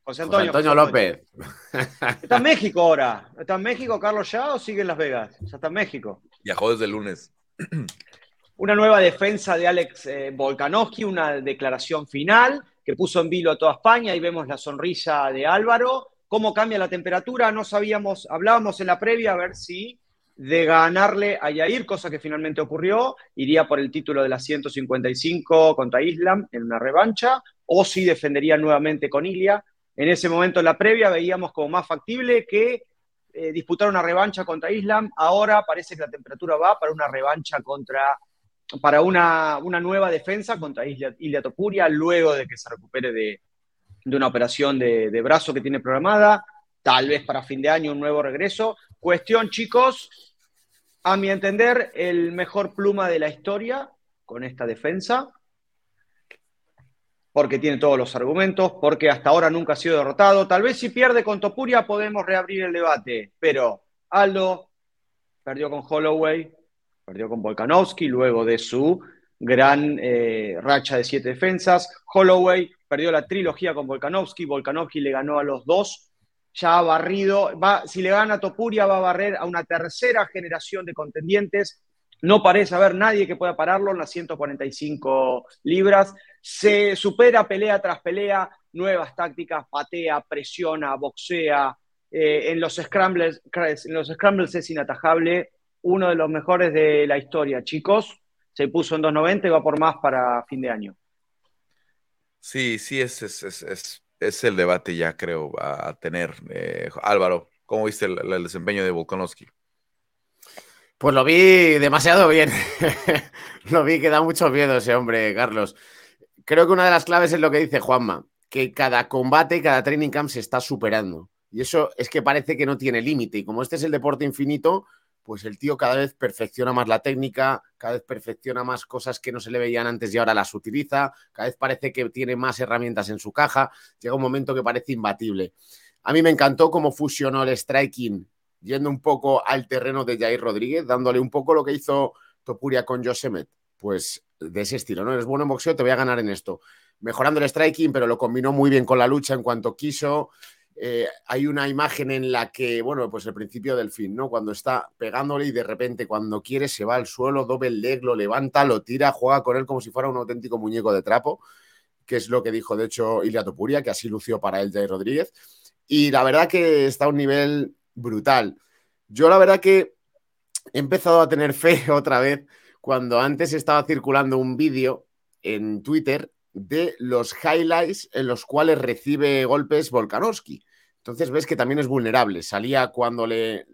[SPEAKER 4] José
[SPEAKER 3] José
[SPEAKER 4] Antonio.
[SPEAKER 3] Antonio López.
[SPEAKER 4] Está en México ahora. ¿Está en México Carlos ya o sigue en Las Vegas? Ya está en México.
[SPEAKER 1] Viajó desde el lunes.
[SPEAKER 4] Una nueva defensa de Alex Volkanovski, una declaración final que puso en vilo a toda España. Ahí vemos la sonrisa de Álvaro. ¿Cómo cambia la temperatura? No sabíamos, hablábamos en la previa a ver si de ganarle a Yair, cosa que finalmente ocurrió, iría por el título de las 155 contra Islam en una revancha, o si defendería nuevamente con Ilia. En ese momento en la previa veíamos como más factible que disputar una revancha contra Islam. Ahora parece que la temperatura va para una revancha para una nueva defensa contra Ilia Topuria, luego de que se recupere de una operación de brazo que tiene programada, tal vez para fin de año un nuevo regreso. Cuestión, chicos, a mi entender, el mejor pluma de la historia con esta defensa, porque tiene todos los argumentos, porque hasta ahora nunca ha sido derrotado. Tal vez si pierde con Topuria podemos reabrir el debate, pero Aldo perdió con Holloway, perdió con Volkanovski luego de su gran racha de 7 defensas. Holloway perdió la trilogía con Volkanovski, Volkanovski le ganó a los dos, ya ha barrido, si le gana a Topuria va a barrer a una tercera generación de contendientes. No parece haber nadie que pueda pararlo en las 145 libras. Se supera pelea tras pelea, nuevas tácticas, patea, presiona, boxea. En los scrambles es inatajable. Uno de los mejores de la historia, chicos. Se puso en 2.90 y va por más para fin de año.
[SPEAKER 1] Sí, es el debate ya, creo, a tener. Álvaro, ¿cómo viste el desempeño de Volkanovski?
[SPEAKER 3] Pues lo vi demasiado bien. Lo vi que da mucho miedo ese hombre, Carlos. Creo que una de las claves es lo que dice Juanma, que cada combate, cada training camp se está superando. Y eso es que parece que no tiene límite. Y como este es el deporte infinito, pues el tío cada vez perfecciona más la técnica, cada vez perfecciona más cosas que no se le veían antes y ahora las utiliza, cada vez parece que tiene más herramientas en su caja. Llega un momento que parece imbatible. A mí me encantó cómo fusionó el striking, yendo un poco al terreno de Yair Rodríguez, dándole un poco lo que hizo Topuria con Josemet. Pues de ese estilo, ¿no? Eres bueno en boxeo, te voy a ganar en esto. Mejorando el striking, pero lo combinó muy bien con la lucha en cuanto quiso. Hay una imagen en la que, bueno, pues el principio del fin, ¿no? Cuando está pegándole y de repente cuando quiere se va al suelo, double leg, lo levanta, lo tira, juega con él como si fuera un auténtico muñeco de trapo, que es lo que dijo, de hecho, Ilia Topuria, que así lució para él Jair Rodríguez. Y la verdad que está a un nivel brutal. Yo la verdad que he empezado a tener fe otra vez cuando antes estaba circulando un vídeo en Twitter de los highlights en los cuales recibe golpes Volkanovski. Entonces ves que también es vulnerable. Salía cuando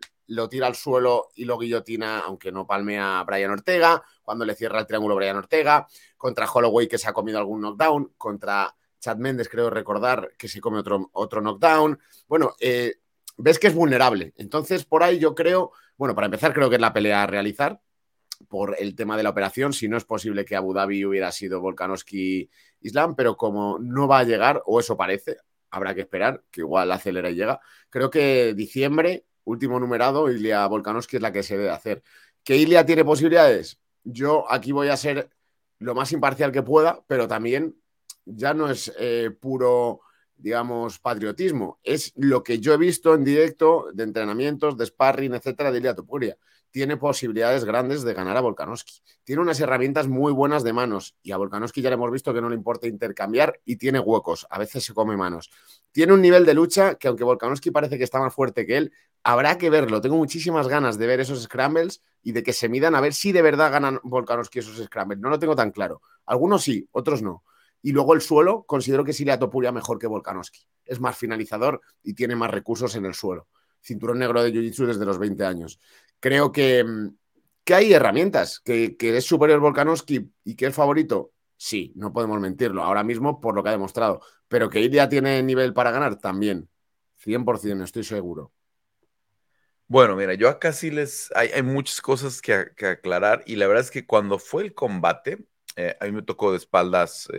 [SPEAKER 3] lo tira al suelo y lo guillotina, aunque no palmea a Brian Ortega, cuando le cierra el triángulo Brian Ortega, contra Holloway que se ha comido algún knockdown, contra Chad Mendes creo recordar que se come otro knockdown. Bueno, ves que es vulnerable. Entonces por ahí yo creo, bueno, para empezar creo que es la pelea a realizar por el tema de la operación, si no es posible que Abu Dhabi hubiera sido Volkanovski Islam, pero como no va a llegar, o eso parece, habrá que esperar, que igual acelera y llega. Creo que diciembre, último numerado, Ilia Volkanovski es la que se debe hacer. ¿Que Ilia tiene posibilidades? Yo aquí voy a ser lo más imparcial que pueda, pero también ya no es puro, digamos, patriotismo. Es lo que yo he visto en directo de entrenamientos, de sparring, etcétera, de Ilia Topuria. Tiene posibilidades grandes de ganar a Volkanovski. Tiene unas herramientas muy buenas de manos y a Volkanovski ya le hemos visto que no le importa intercambiar y tiene huecos. A veces se come manos. Tiene un nivel de lucha que aunque Volkanovski parece que está más fuerte que él, habrá que verlo. Tengo muchísimas ganas de ver esos scrambles y de que se midan a ver si de verdad ganan Volkanovski esos scrambles. No lo tengo tan claro. Algunos sí, otros no. Y luego el suelo, considero que Ilia Topuria mejor que Volkanovski. Es más finalizador y tiene más recursos en el suelo. Cinturón negro de Jiu-Jitsu desde los 20 años. Creo que hay herramientas, que es superior Volkanovski y que es favorito. Sí, no podemos mentirlo ahora mismo por lo que ha demostrado. Pero que Ilia tiene nivel para ganar, también. 100%, estoy seguro.
[SPEAKER 1] Bueno, mira, yo acá sí hay muchas cosas que aclarar y la verdad es que cuando fue el combate, a mí me tocó de espaldas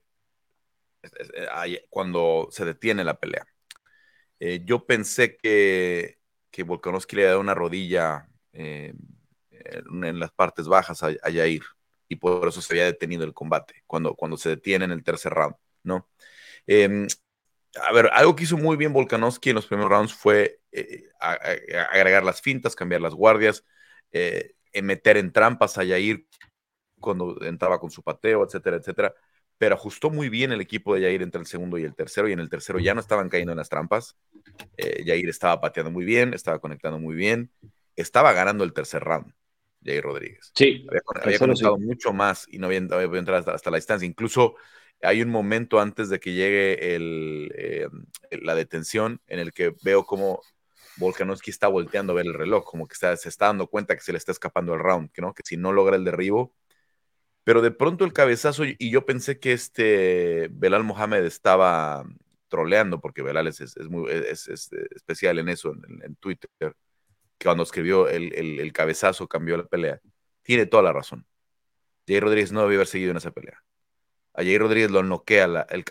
[SPEAKER 1] cuando se detiene la pelea. Yo pensé que Volkanovski le había dado una rodilla en las partes bajas a Yair y por eso se había detenido el combate cuando se detiene en el tercer round, ¿no? A ver, algo que hizo muy bien Volkanovski en los primeros rounds fue agregar las fintas, cambiar las guardias, meter en trampas a Yair cuando entraba con su pateo, etcétera, etcétera. Pero ajustó muy bien el equipo de Yair entre el segundo y el tercero, y en el tercero ya no estaban cayendo en las trampas. Yair estaba pateando muy bien, estaba conectando muy bien, estaba ganando el tercer round, Yair Rodríguez.
[SPEAKER 4] Sí,
[SPEAKER 1] Había conectado mucho más y no había entrado hasta la distancia. Incluso hay un momento antes de que llegue la detención en el que veo como Volkanovski está volteando a ver el reloj, como que se está dando cuenta que se le está escapando el round, ¿no? Que si no logra el derribo. Pero de pronto el cabezazo, y yo pensé que Belal Mohamed estaba troleando, porque Belal es especial en eso, en Twitter, que cuando escribió el cabezazo cambió la pelea. Tiene toda la razón. Jair Rodríguez no debió haber seguido en esa pelea. A Jair Rodríguez lo noquea el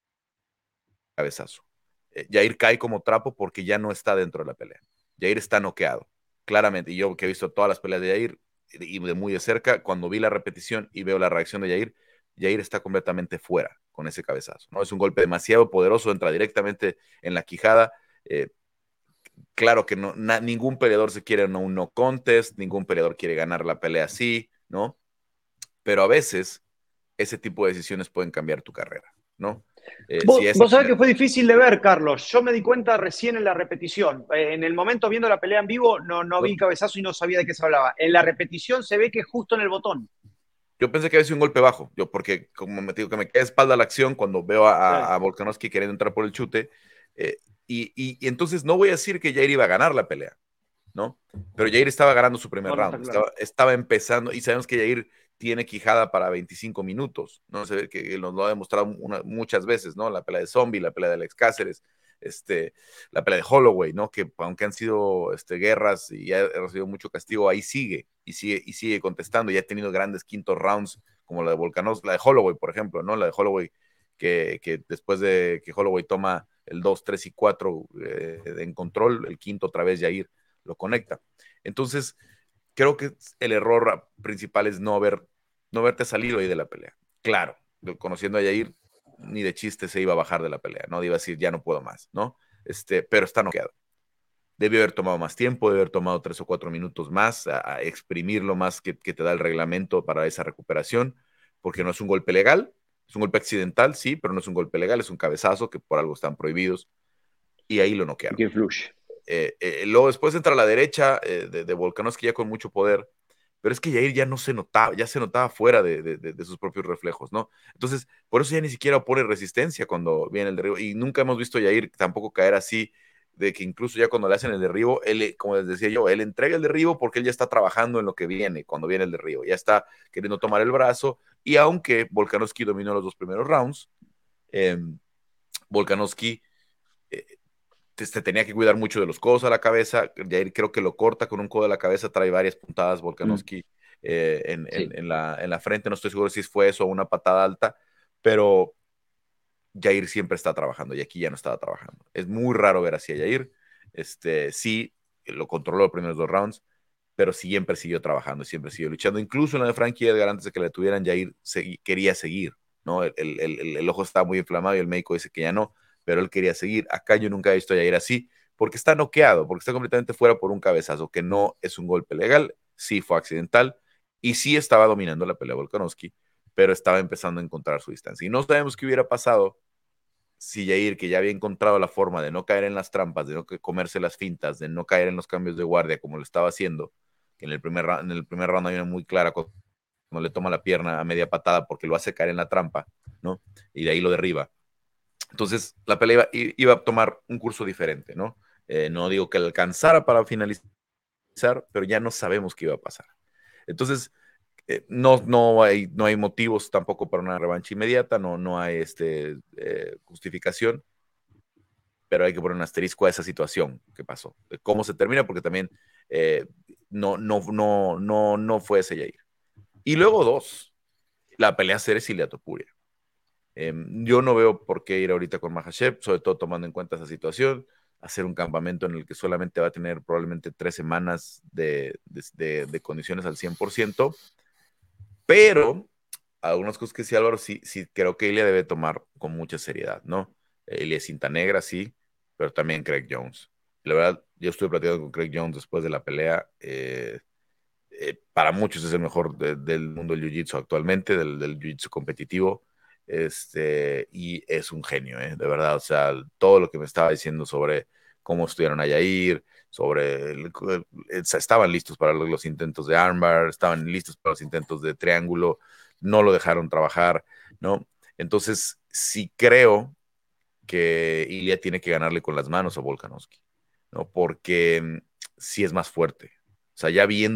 [SPEAKER 1] cabezazo. Jair cae como trapo porque ya no está dentro de la pelea. Jair está noqueado, claramente. Y yo que he visto todas las peleas de Jair y de muy de cerca, cuando vi la repetición y veo la reacción de Jair, Jair está completamente fuera con ese cabezazo, ¿no? Es un golpe demasiado poderoso, entra directamente en la quijada. Claro que ningún peleador se quiere un no contest, ningún peleador quiere ganar la pelea así, ¿no? Pero a veces ese tipo de decisiones pueden cambiar tu carrera, ¿no?
[SPEAKER 4] Vos sabés que fue difícil de ver, Carlos. Yo me di cuenta recién en la repetición. En el momento viendo la pelea en vivo no vi cabezazo y no sabía de qué se hablaba. En la repetición se ve que justo en el botón.
[SPEAKER 1] Yo pensé que había sido un golpe bajo, porque como me digo que me queda espalda la acción cuando veo a Volkanovski queriendo entrar por el chute, y entonces no voy a decir que Jair iba a ganar la pelea, ¿no? Pero Jair estaba ganando su primer round, claro. estaba empezando, y sabemos que Jair tiene quijada para 25 minutos, ¿no? Se ve que nos lo ha demostrado muchas veces, ¿no? La pelea de Zombie, la pelea de Alex Cáceres, la pelea de Holloway, ¿no? Que aunque han sido guerras y ha recibido mucho castigo, ahí sigue y sigue contestando, y ha tenido grandes quintos rounds, como la de Volkanovski, la de Holloway, por ejemplo, ¿no? La de Holloway, que después de que Holloway toma el 2, 3 y 4 en control, el quinto otra vez Jair lo conecta. Entonces, creo que el error principal es no haberte salido ahí de la pelea. Claro, conociendo a Jair, ni de chiste se iba a bajar de la pelea, ¿no? Iba a decir, ya no puedo más, ¿no? Pero está noqueado. Debió haber tomado más tiempo, debe haber tomado 3 o 4 minutos más, a exprimir lo más que te da el reglamento para esa recuperación, porque no es un golpe legal, es un golpe accidental, sí, pero no es un golpe legal, es un cabezazo que por algo están prohibidos, y ahí lo noquearon.
[SPEAKER 4] Que influye.
[SPEAKER 1] Luego después entra a la derecha de Volkanovski ya con mucho poder, pero es que Jair ya no se notaba, ya se notaba fuera de sus propios reflejos, ¿no? Entonces, por eso ya ni siquiera opone resistencia cuando viene el derribo, y nunca hemos visto a Jair tampoco caer así, de que incluso ya cuando le hacen el derribo, él, como les decía yo, él entrega el derribo porque él ya está trabajando en lo que viene, cuando viene el derribo, ya está queriendo tomar el brazo, y aunque Volkanovski dominó los 2 primeros rounds, Volkanovski tenía que cuidar mucho de los codos a la cabeza. Jair creo que lo corta con un codo a la cabeza, trae varias puntadas Volkanovski en la frente. No estoy seguro si fue eso o una patada alta, pero Jair siempre está trabajando y aquí ya no estaba trabajando. Es muy raro ver así a Jair. Sí, lo controló los primeros 2 rounds, pero siempre siguió trabajando, siempre siguió luchando. Incluso en la de Frankie Edgar, antes de que le tuvieran, Jair quería seguir, ¿no? El ojo estaba muy inflamado y el médico dice que ya no, pero él quería seguir. Acá yo nunca he visto a Jair así, porque está noqueado, porque está completamente fuera por un cabezazo, que no es un golpe legal, sí fue accidental, y sí estaba dominando la pelea Volkanovski, pero estaba empezando a encontrar su distancia. Y no sabemos qué hubiera pasado si Jair, que ya había encontrado la forma de no caer en las trampas, de no comerse las fintas, de no caer en los cambios de guardia como lo estaba haciendo, que en el primer round hay una muy clara cuando le toma la pierna a media patada porque lo hace caer en la trampa, ¿no? Y de ahí lo derriba. Entonces, la pelea iba a tomar un curso diferente, ¿no? No digo que alcanzara para finalizar, pero ya no sabemos qué iba a pasar. Entonces, no hay motivos tampoco para una revancha inmediata, no hay justificación, pero hay que poner un asterisco a esa situación que pasó. ¿Cómo se termina? Porque también no fue ese Jair. Y luego 2, la pelea Ceres y Topuria. Yo no veo por qué ir ahorita con Makhachev, sobre todo tomando en cuenta esa situación, hacer un campamento en el que solamente va a tener probablemente 3 semanas de condiciones al 100%, pero algunas cosas que sí, Álvaro, sí creo que Ilia debe tomar con mucha seriedad, ¿no? Ilya Cinta Negra, sí, pero también Craig Jones. La verdad, yo estuve platicando con Craig Jones después de la pelea. Para muchos es el mejor del mundo del jiu-jitsu actualmente, del jiu-jitsu competitivo. Y es un genio, de verdad. O sea, todo lo que me estaba diciendo sobre cómo estudiaron a Yair, estaban listos para los intentos de armbar, estaban listos para los intentos de triángulo, no lo dejaron trabajar, ¿no? Entonces, sí creo que Ilya tiene que ganarle con las manos a Volkanovski, ¿no? Porque sí es más fuerte. O sea,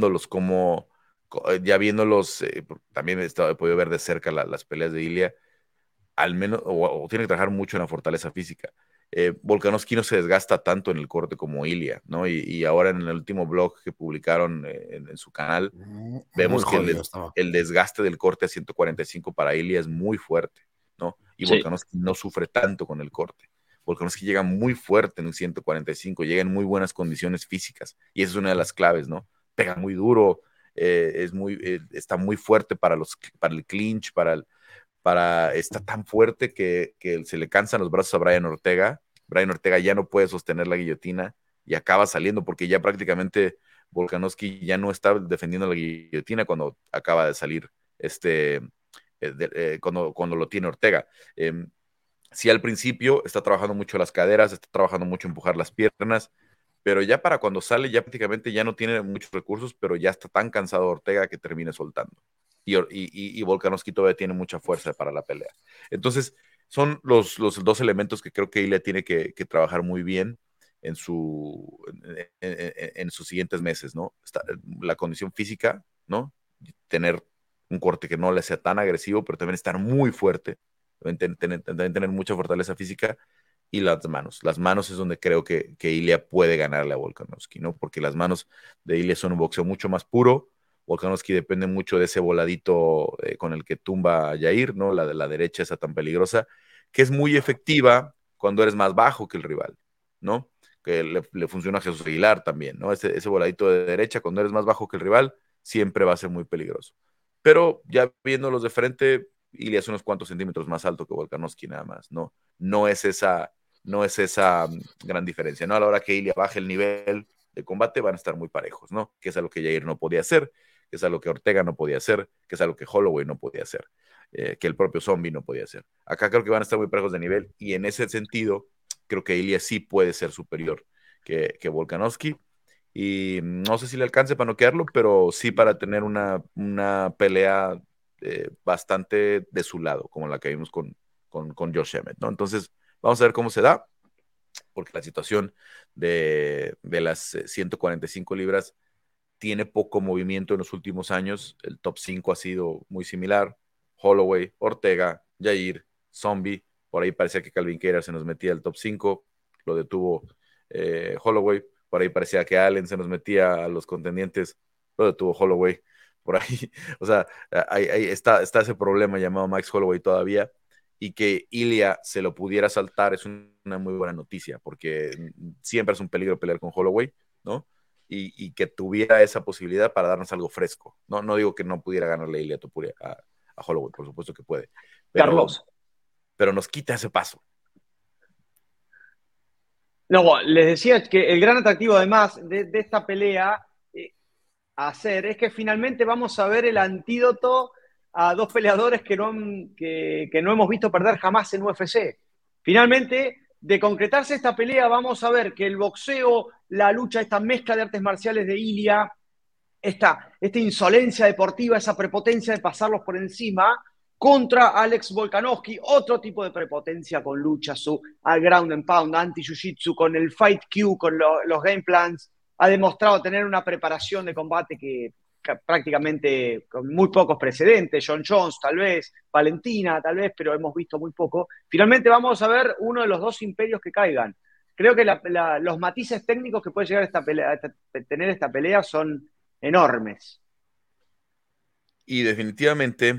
[SPEAKER 1] ya viéndolos, también he podido ver de cerca las peleas de Ilya, al menos, o tiene que trabajar mucho en la fortaleza física. Volkanovski no se desgasta tanto en el corte como Ilya, ¿no? Y ahora en el último blog que publicaron en su canal, vemos que el desgaste del corte a 145 para Ilya es muy fuerte, ¿no? Y Volkanovski no sufre tanto con el corte. Volkanovski llega muy fuerte en el 145, llega en muy buenas condiciones físicas, y esa es una de las claves, ¿no? Pega muy duro, está muy fuerte para el clinch, está tan fuerte que se le cansan los brazos a Brian Ortega. Brian Ortega ya no puede sostener la guillotina y acaba saliendo porque ya prácticamente Volkanovski ya no está defendiendo la guillotina cuando acaba de salir cuando lo tiene Ortega. Sí, al principio está trabajando mucho las caderas, está trabajando mucho empujar las piernas, pero ya para cuando sale ya prácticamente ya no tiene muchos recursos, pero ya está tan cansado Ortega que termina soltando. Y Volkanovski todavía tiene mucha fuerza para la pelea. Entonces, son los dos elementos que creo que Ilya tiene que trabajar muy bien en sus siguientes meses, ¿no? La condición física, ¿no? Tener un corte que no le sea tan agresivo, pero también estar muy fuerte, también tener mucha fortaleza física, y las manos. Las manos es donde creo que Ilya puede ganarle a Volkanovski, ¿no? Porque las manos de Ilya son un boxeo mucho más puro. Volkanovski depende mucho de ese voladito con el que tumba a Yair, ¿no? La de la derecha, esa tan peligrosa, que es muy efectiva cuando eres más bajo que el rival, ¿no? Que le funciona a Jesús Aguilar también, ¿no? Ese voladito de derecha, cuando eres más bajo que el rival, siempre va a ser muy peligroso. Pero ya viéndolos de frente, Ilya es unos cuantos centímetros más alto que Volkanovski nada más, ¿no? No es esa gran diferencia, ¿no? A la hora que Ilya baje el nivel de combate van a estar muy parejos, ¿no? Que es algo que Yair no podía hacer, que es algo que Ortega no podía hacer, que es algo que Holloway no podía hacer, que el propio Zombie no podía hacer. Acá creo que van a estar muy parejos de nivel, y en ese sentido creo que Ilya sí puede ser superior que Volkanovski, y no sé si le alcance para noquearlo, pero sí para tener una pelea bastante de su lado, como la que vimos con Josh Emmett, ¿no? Entonces, vamos a ver cómo se da, porque la situación de las 145 libras tiene poco movimiento en los últimos años. El top 5 ha sido muy similar. Holloway, Ortega, Yair, Zombie. Por ahí parecía que Calvin Kattar se nos metía al top 5. Lo detuvo Holloway. Por ahí parecía que Allen se nos metía a los contendientes. Lo detuvo Holloway. Por ahí, o sea, ahí está ese problema llamado Max Holloway todavía. Y que Ilya se lo pudiera saltar es una muy buena noticia, porque siempre es un peligro pelear con Holloway, ¿no? Y que tuviera esa posibilidad para darnos algo fresco. No digo que no pudiera ganarle Ilya Topuria a Holloway, por supuesto que puede.
[SPEAKER 4] Carlos.
[SPEAKER 1] Pero nos quita ese paso.
[SPEAKER 4] No, les decía que el gran atractivo además de esta pelea a hacer es que finalmente vamos a ver el antídoto a dos peleadores que no hemos visto perder jamás en UFC. Finalmente, de concretarse esta pelea, vamos a ver que el boxeo, la lucha, esta mezcla de artes marciales de Ilya, esta insolencia deportiva, esa prepotencia de pasarlos por encima, contra Alex Volkanovski, otro tipo de prepotencia con lucha, su ground and pound, anti-jiu-jitsu, con el fight Q, con los game plans. Ha demostrado tener una preparación de combate que prácticamente con muy pocos precedentes. John Jones, tal vez, Valentina, tal vez, pero hemos visto muy poco. Finalmente vamos a ver uno de los dos imperios que caigan. Creo que los matices técnicos que puede llegar tener esta pelea son enormes.
[SPEAKER 1] Y definitivamente,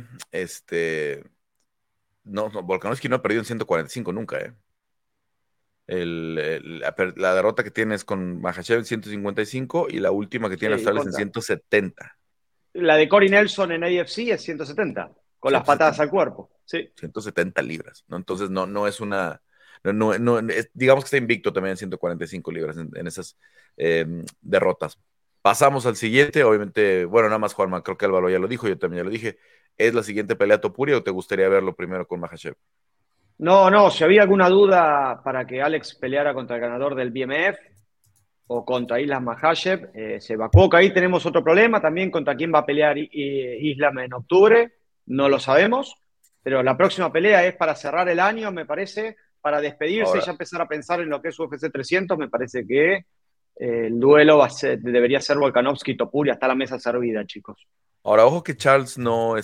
[SPEAKER 1] Volkanovski no ha perdido en 145 nunca, ¿eh? La derrota que tiene es con Makhachev en 155 y la última que tiene hasta ahora es en 170.
[SPEAKER 4] La de Corey Nelson en AFC es 170, con 170. Las patadas al cuerpo. Sí.
[SPEAKER 1] 170 libras, ¿no? Entonces no es una Digamos que está invicto también en 145 libras en esas derrotas. Pasamos al siguiente, obviamente, bueno, nada más Juanma, creo que Álvaro ya lo dijo, yo también ya lo dije. ¿Es la siguiente pelea Topuria o te gustaría verlo primero con Makhachev?
[SPEAKER 4] No, si había alguna duda para que Alex peleara contra el ganador del BMF o contra Islam Makhachev, se evacuó, que ahí tenemos otro problema también contra quién va a pelear Islam en octubre, no lo sabemos, pero la próxima pelea es para cerrar el año, me parece, para despedirse y ya empezar a pensar en lo que es UFC 300, me parece que el duelo debería ser Volkanovski-Topuria, está la mesa servida, chicos.
[SPEAKER 1] Ahora, ojo que Charles no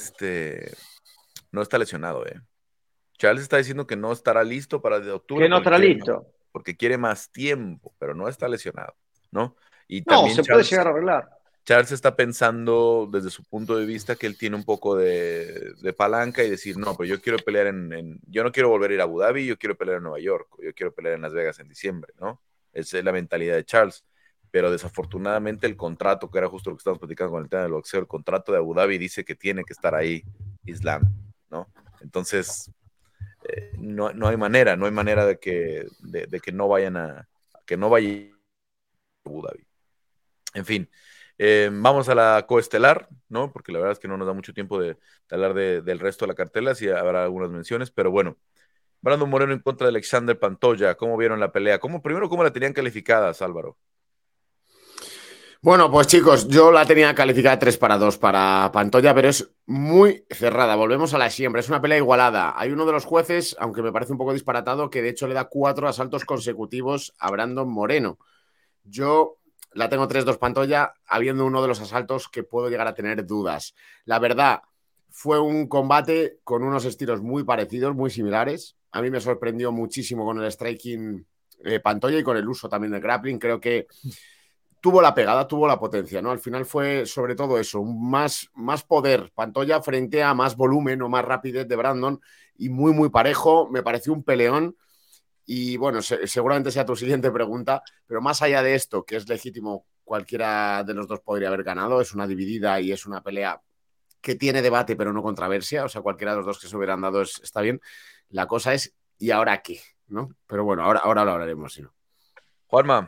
[SPEAKER 1] está lesionado, ¿eh? Charles está diciendo que no estará listo para de octubre.
[SPEAKER 4] Que no estará listo.
[SPEAKER 1] Porque quiere más tiempo, pero no está lesionado, ¿no? Y
[SPEAKER 4] No,
[SPEAKER 1] también
[SPEAKER 4] se puede llegar a arreglar.
[SPEAKER 1] Charles está pensando desde su punto de vista que él tiene un poco de palanca y decir, no, pero yo quiero pelear yo no quiero volver a ir a Abu Dhabi, yo quiero pelear en Nueva York, yo quiero pelear en Las Vegas en diciembre, ¿no? Esa es la mentalidad de Charles. Pero desafortunadamente el contrato, que era justo lo que estamos platicando con el tema del boxeo, el contrato de Abu Dhabi dice que tiene que estar ahí Islam, ¿no? Entonces, no hay manera de que no vayan que no vaya a Abu Dhabi. En fin, vamos a la coestelar, ¿no? Porque la verdad es que no nos da mucho tiempo de hablar del resto de la cartela, sí habrá algunas menciones, pero bueno. Brandon Moreno en contra de Alexander Pantoja, ¿cómo vieron la pelea? Primero, ¿cómo la tenían calificadas, Álvaro?
[SPEAKER 3] Bueno, pues chicos, yo la tenía calificada 3-2 para Pantoja, pero es muy cerrada. Volvemos a la siembra. Es una pelea igualada. Hay uno de los jueces, aunque me parece un poco disparatado, que de hecho le da 4 asaltos consecutivos a Brandon Moreno. Yo la tengo 3-2 Pantoja, habiendo uno de los asaltos que puedo llegar a tener dudas. La verdad, fue un combate con unos estilos muy parecidos, muy similares. A mí me sorprendió muchísimo con el striking Pantoja y con el uso también del grappling. Creo que tuvo la pegada, tuvo la potencia, ¿no? Al final fue sobre todo eso, más poder Pantoja frente a más volumen o más rapidez de Brandon y muy parejo, me pareció un peleón y bueno, seguramente sea tu siguiente pregunta, pero más allá de esto, que es legítimo, cualquiera de los dos podría haber ganado, es una dividida y es una pelea que tiene debate pero no controversia, o sea, cualquiera de los dos que se hubieran dado está bien, la cosa es, ¿y ahora qué? ¿No? Pero bueno, ahora lo hablaremos, si no.
[SPEAKER 1] Juanma.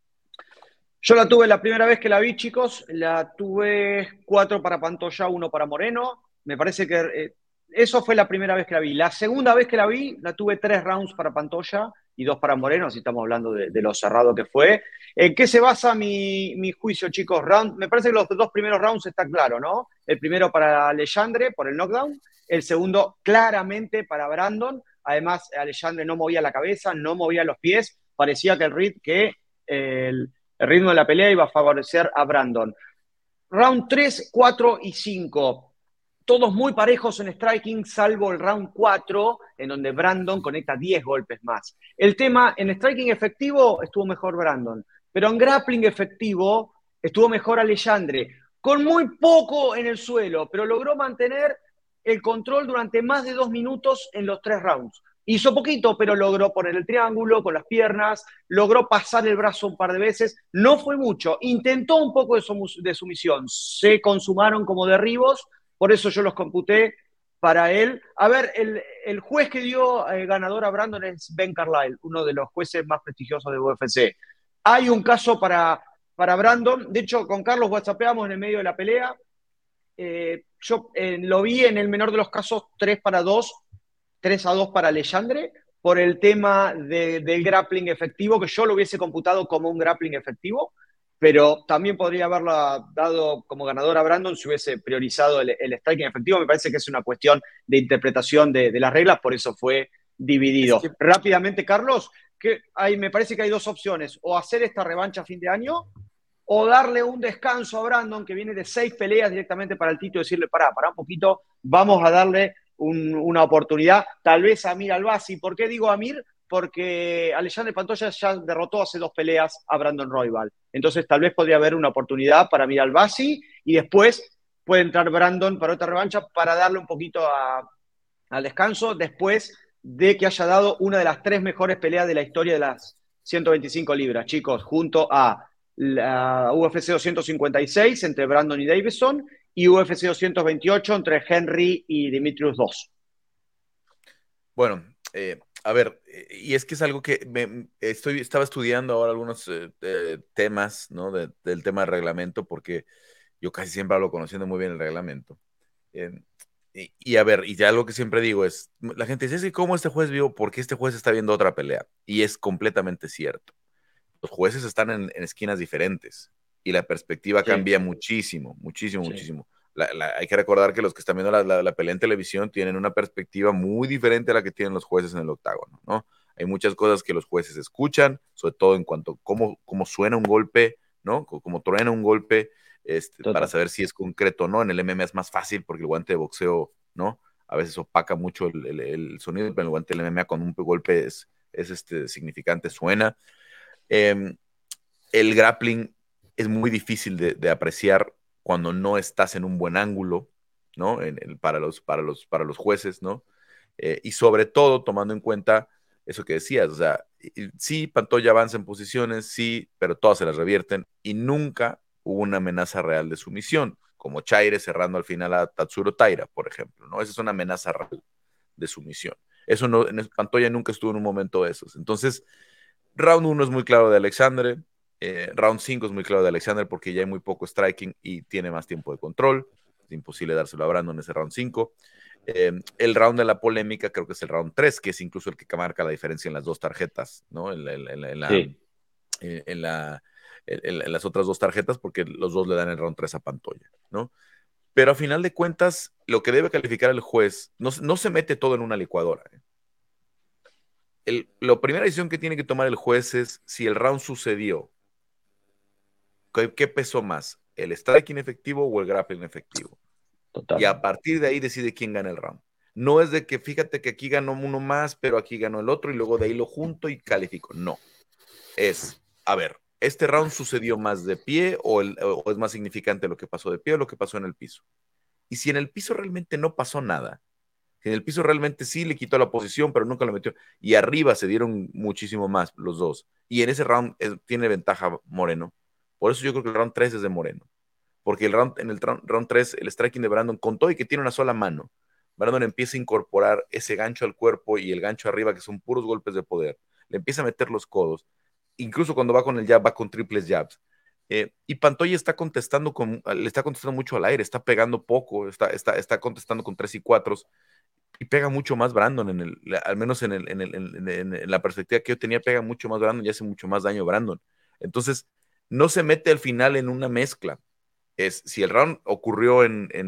[SPEAKER 4] Yo la tuve la primera vez que la vi, chicos. La tuve 4 para Pantoja, 1 para Moreno. Me parece que eso fue la primera vez que la vi. La segunda vez que la vi, la tuve 3 rounds para Pantoja y 2 para Moreno, así estamos hablando de lo cerrado que fue. ¿En qué se basa mi juicio, chicos? Me parece que los 2 primeros rounds está claro, ¿no? El primero para Alexandre por el knockdown, el segundo claramente para Brandon. Además, Alexandre no movía la cabeza, no movía los pies. Parecía que el ritmo de la pelea iba a favorecer a Brandon. Round 3, 4 y 5. Todos muy parejos en striking, salvo el round 4, en donde Brandon conecta 10 golpes más. El tema, en striking efectivo estuvo mejor Brandon, pero en grappling efectivo estuvo mejor Alexandre, con muy poco en el suelo, pero logró mantener el control durante más de 2 minutos en los 3 rounds. Hizo poquito, pero logró poner el triángulo con las piernas, logró pasar el brazo un par de veces, no fue mucho, intentó un poco de sumisión, se consumaron como derribos, por eso yo los computé para él. A ver, el juez que dio ganador a Brandon es Ben Carlyle, uno de los jueces más prestigiosos de UFC. Hay un caso para Brandon, de hecho con Carlos whatsappeamos en el medio de la pelea, yo lo vi en el menor de los casos 3-2 para Alexandre, por el tema del grappling efectivo, que yo lo hubiese computado como un grappling efectivo, pero también podría haberla dado como ganador a Brandon si hubiese priorizado el striking efectivo. Me parece que es una cuestión de interpretación de las reglas, por eso fue dividido. Rápidamente, Carlos, me parece que hay 2 opciones, o hacer esta revancha a fin de año, o darle un descanso a Brandon, que viene de 6 peleas directamente para el título, y decirle, pará un poquito, vamos a darle una oportunidad, tal vez a Amir Albazi. ¿Por qué digo Amir? Porque Alexandre Pantoja ya derrotó hace 2 peleas a Brandon Royval. Entonces tal vez podría haber una oportunidad para Amir Albazi y después puede entrar Brandon para otra revancha para darle un poquito al descanso después de que haya dado una de las 3 mejores peleas de la historia de las 125 libras, chicos, junto a la UFC 256 entre Brandon y Davison y UFC 228 entre Henry y Dimitrius II.
[SPEAKER 1] Bueno, A ver, y es que es algo que estaba estudiando ahora algunos temas, ¿no? Del tema del reglamento, porque yo casi siempre hablo conociendo muy bien el reglamento. Eh, y a ver, y ya algo que siempre digo es, la gente dice, es que ¿cómo este juez vio? Porque este juez está viendo otra pelea. Y es completamente cierto. Los jueces están en esquinas diferentes y la perspectiva
[SPEAKER 4] Sí,
[SPEAKER 1] cambia muchísimo, muchísimo,
[SPEAKER 4] sí.
[SPEAKER 1] muchísimo. Hay que recordar que los que están viendo la pelea en televisión tienen una perspectiva muy diferente a la que tienen los jueces en el octágono, ¿no? Hay muchas cosas que los jueces escuchan, sobre todo en cuanto a cómo suena un golpe, ¿no? Cómo truena un golpe, para
[SPEAKER 4] Total.
[SPEAKER 1] saber si es concreto o no. En el MMA es más fácil porque el guante de boxeo, ¿no? A veces opaca mucho el sonido, pero en el guante del MMA con un golpe es significante, suena. Eh, el grappling es muy difícil de apreciar cuando no estás en un buen ángulo, ¿no? Para los jueces, ¿no? Y sobre todo tomando en cuenta eso que decías, o sea, sí, Pantoya avanza en posiciones, sí, pero todas se las revierten y nunca hubo una amenaza real de sumisión, como Chaire cerrando al final a Tatsuro Taira, por ejemplo, ¿no? Esa es una amenaza real de sumisión. Eso no, Pantoya nunca estuvo en un momento de esos. Entonces, round 1 es muy claro de Alexandre, round 5 es muy claro de Alexander porque ya hay muy poco striking y tiene más tiempo de control. Es imposible dárselo a Brandon en ese round 5. El round de la polémica creo que es el round 3, que es incluso el que marca la diferencia en las dos tarjetas, ¿no?
[SPEAKER 4] Sí,
[SPEAKER 1] En las otras dos tarjetas, porque los dos le dan el round 3 a Pantoya, ¿no? Pero a final de cuentas, lo que debe calificar el juez no se mete todo en una licuadora. La primera decisión que tiene que tomar el juez es si el round sucedió. ¿Qué pesó más? ¿El striking efectivo o el grappling efectivo? Y a
[SPEAKER 4] totalmente.
[SPEAKER 1] partir de ahí decide quién gana el round. No es de que fíjate que aquí ganó uno más, pero aquí ganó el otro y luego de ahí lo junto y califico. No. A ver, ¿este round sucedió más de pie o es más significante lo que pasó de pie o lo que pasó en el piso? Y si en el piso realmente no pasó nada, si en el piso realmente sí le quitó la posición, pero nunca lo metió, y arriba se dieron muchísimo más los dos, y en ese round tiene ventaja Moreno. Por eso yo creo que el round 3 es de Moreno. Porque en el round 3, el striking de Brandon, con todo y que tiene una sola mano, Brandon empieza a incorporar ese gancho al cuerpo y el gancho arriba, que son puros golpes de poder. Le empieza a meter los codos. Incluso cuando va con el jab, va con triples jabs. Y Pantoya le está contestando mucho al aire, está pegando poco, está contestando con 3 y 4 y pega mucho más Brandon, al menos en la perspectiva que yo tenía, pega mucho más Brandon y hace mucho más daño Brandon. Entonces, no se mete al final en una mezcla. Si el round ocurrió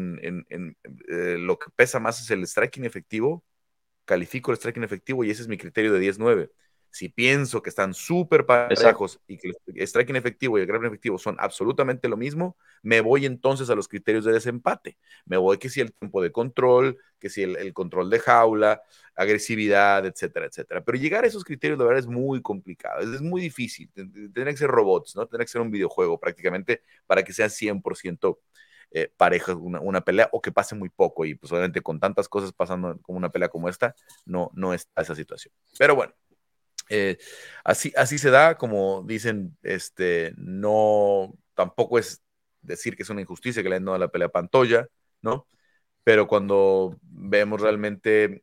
[SPEAKER 1] lo que pesa más es el striking efectivo, califico el striking efectivo y ese es mi criterio de 10-9. Si pienso que están súper
[SPEAKER 4] Exacto.
[SPEAKER 1] parejos y que el striking efectivo y el grappling efectivo son absolutamente lo mismo, me voy entonces a los criterios de desempate. Me voy que si el tiempo de control, que si el control de jaula, agresividad, etcétera, etcétera. Pero llegar a esos criterios, la verdad, es muy complicado, es muy difícil. Tendría que ser robots, ¿no? Tendría que ser un videojuego prácticamente para que sea 100% pareja una pelea o que pase muy poco y pues obviamente con tantas cosas pasando como una pelea como esta, no está esa situación. Pero bueno, así se da, como dicen, no, tampoco es decir que es una injusticia que le hayan dado la pelea a Pantoya, ¿no? Pero cuando vemos realmente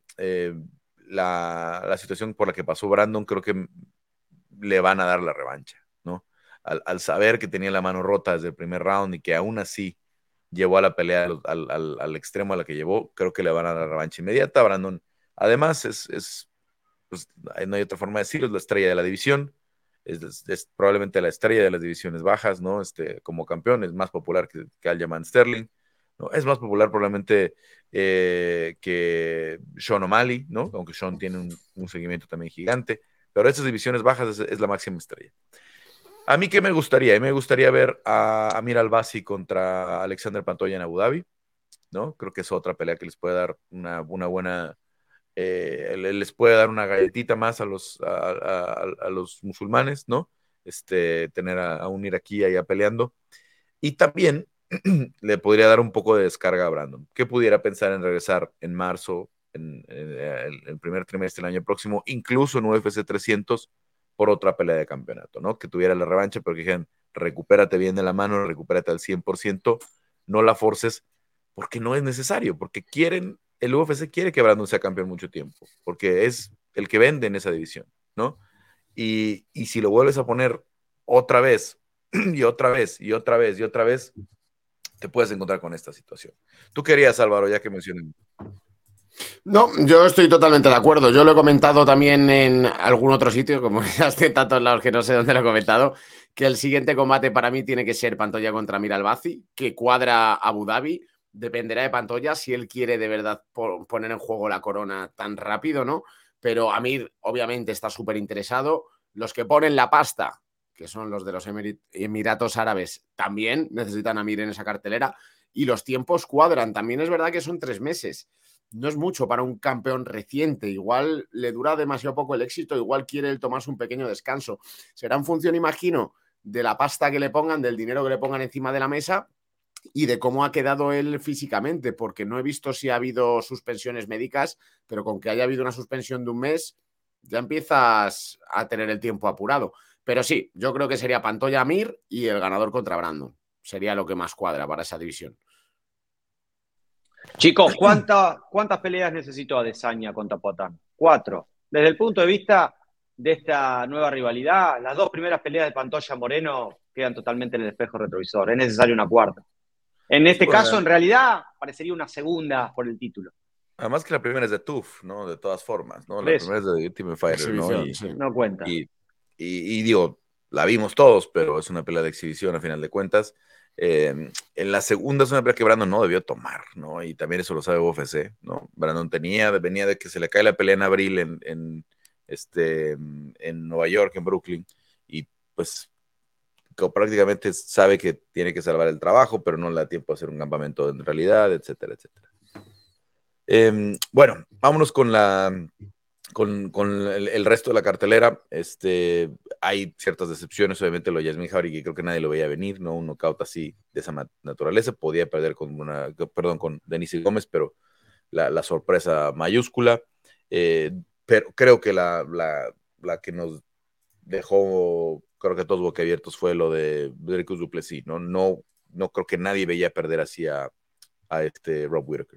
[SPEAKER 1] la situación por la que pasó Brandon, creo que le van a dar la revancha, ¿no? Al saber que tenía la mano rota desde el primer round y que aún así llevó a la pelea al extremo a la que llevó, creo que le van a dar la revancha inmediata. Brandon, además, pues, no hay otra forma de decirlo, es la estrella de la división, es probablemente la estrella de las divisiones bajas, ¿no? Como campeón, es más popular que Aljamain Sterling, ¿no? Es más popular probablemente que Sean O'Malley, ¿no? Aunque Sean tiene un seguimiento también gigante, pero estas divisiones bajas es la máxima estrella. A mí, ¿qué me gustaría? Me gustaría ver a Amir Albasi contra Alexander Pantoya en Abu Dhabi, ¿no? Creo que es otra pelea que les puede dar una buena, les puede dar una galletita más a los musulmanes, ¿no? Tener a un iraquí allá peleando. Y también le podría dar un poco de descarga a Brandon, que pudiera pensar en regresar en marzo, en el primer trimestre del año próximo, incluso en UFC 300 por otra pelea de campeonato, ¿no? Que tuviera la revancha, pero que dijeran, recupérate bien de la mano, recupérate al 100%, no la forces, porque no es necesario, porque el UFC quiere que Brandon sea campeón mucho tiempo, porque es el que vende en esa división, ¿no? Y si lo vuelves a poner otra vez, y otra vez, y otra vez, y otra vez, te puedes encontrar con esta situación. ¿Tú querías, Álvaro, ya que mencioné?
[SPEAKER 3] No, yo estoy totalmente de acuerdo. Yo lo he comentado también en algún otro sitio, como ya estoy en tantos lados que no sé dónde lo he comentado, que el siguiente combate para mí tiene que ser Pantoja contra Amir Albazi, que cuadra Abu Dhabi. Dependerá de Pantoja si él quiere de verdad poner en juego la corona tan rápido, ¿no? Pero Amir obviamente está súper interesado. Los que ponen la pasta, que son los de los Emiratos Árabes, también necesitan a Amir en esa cartelera. Y los tiempos cuadran. También es verdad que son 3 meses. No es mucho para un campeón reciente. Igual le dura demasiado poco el éxito, igual quiere él tomarse un pequeño descanso. Será en función, imagino, de la pasta que le pongan, del dinero que le pongan encima de la mesa y de cómo ha quedado él físicamente, porque no he visto si ha habido suspensiones médicas, pero con que haya habido una suspensión de un mes, ya empiezas a tener el tiempo apurado. Pero sí, yo creo que sería Pantoja Amir y el ganador contra Brandon. Sería lo que más cuadra para esa división.
[SPEAKER 4] Chicos, ¿cuántas peleas necesitó Adesanya contra Poatan? 4. Desde el punto de vista de esta nueva rivalidad, las 2 primeras peleas de Pantoja Moreno quedan totalmente en el espejo retrovisor. Es necesaria una cuarta. En este caso, en realidad, parecería una segunda por el título.
[SPEAKER 1] Además que la primera es de TUF, ¿no? De todas formas, ¿no? La primera es de Ultimate Fighter, ¿no? Y,
[SPEAKER 4] sí. No cuenta.
[SPEAKER 1] Y digo, la vimos todos, pero es una pelea de exhibición a final de cuentas. En la segunda es una pelea que Brandon no debió tomar, ¿no? Y también eso lo sabe UFC, ¿no? Brandon venía de que se le cae la pelea en abril en Nueva York, en Brooklyn, y pues prácticamente sabe que tiene que salvar el trabajo, pero no le da tiempo a hacer un campamento en realidad, etcétera, etcétera. Bueno, vámonos con el resto de la cartelera. Hay ciertas decepciones, obviamente lo de Yasmin Jauregui, que creo que nadie lo veía venir, ¿no? Un knockout así de esa naturaleza, podía perder con Denise Gómez, pero la sorpresa mayúscula. Pero creo que la que nos dejó, creo que todos boquiabiertos, fue lo de Dricus du Plessis, ¿no? No creo que nadie veía perder así a Rob Whittaker.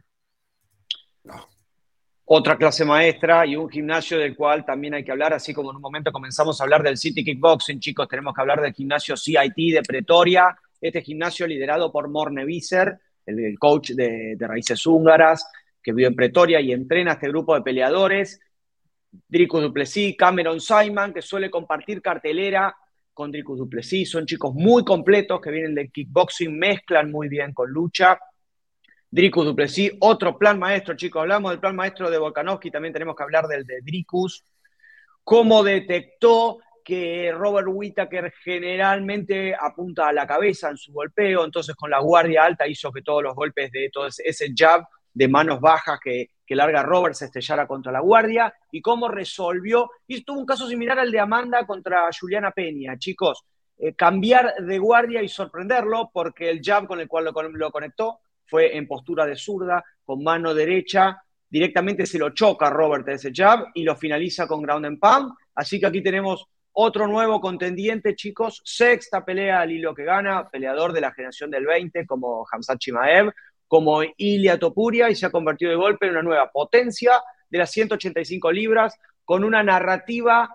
[SPEAKER 4] No. Otra clase maestra y un gimnasio del cual también hay que hablar, así como en un momento comenzamos a hablar del City Kickboxing, chicos, tenemos que hablar del gimnasio CIT de Pretoria, este gimnasio liderado por Morne Visser, el coach de raíces húngaras, que vive en Pretoria y entrena a este grupo de peleadores. Dricus du Plessis, Cameron Simon, que suele compartir cartelera con Dricus du Plessis, son chicos muy completos que vienen del kickboxing, mezclan muy bien con lucha. Dricus du Plessis, otro plan maestro, chicos. Hablamos del plan maestro de Volkanovski, también tenemos que hablar del de Dricus. Cómo detectó que Robert Whittaker generalmente apunta a la cabeza en su golpeo, entonces con la guardia alta hizo que todos los golpes de todo ese jab de manos bajas que larga Robert se estrellara contra la guardia, y cómo resolvió, y tuvo un caso similar al de Amanda contra Juliana Peña, chicos. Cambiar de guardia y sorprenderlo, porque el jab con el cual lo conectó fue en postura de zurda, con mano derecha, directamente se lo choca a Robert de ese jab y lo finaliza con ground and pound. Así que aquí tenemos otro nuevo contendiente, chicos, 6ª pelea al hilo que gana, peleador de la generación del 20 como Khamzat Chimaev, como Ilia Topuria, y se ha convertido de golpe en una nueva potencia de las 185 libras, con una narrativa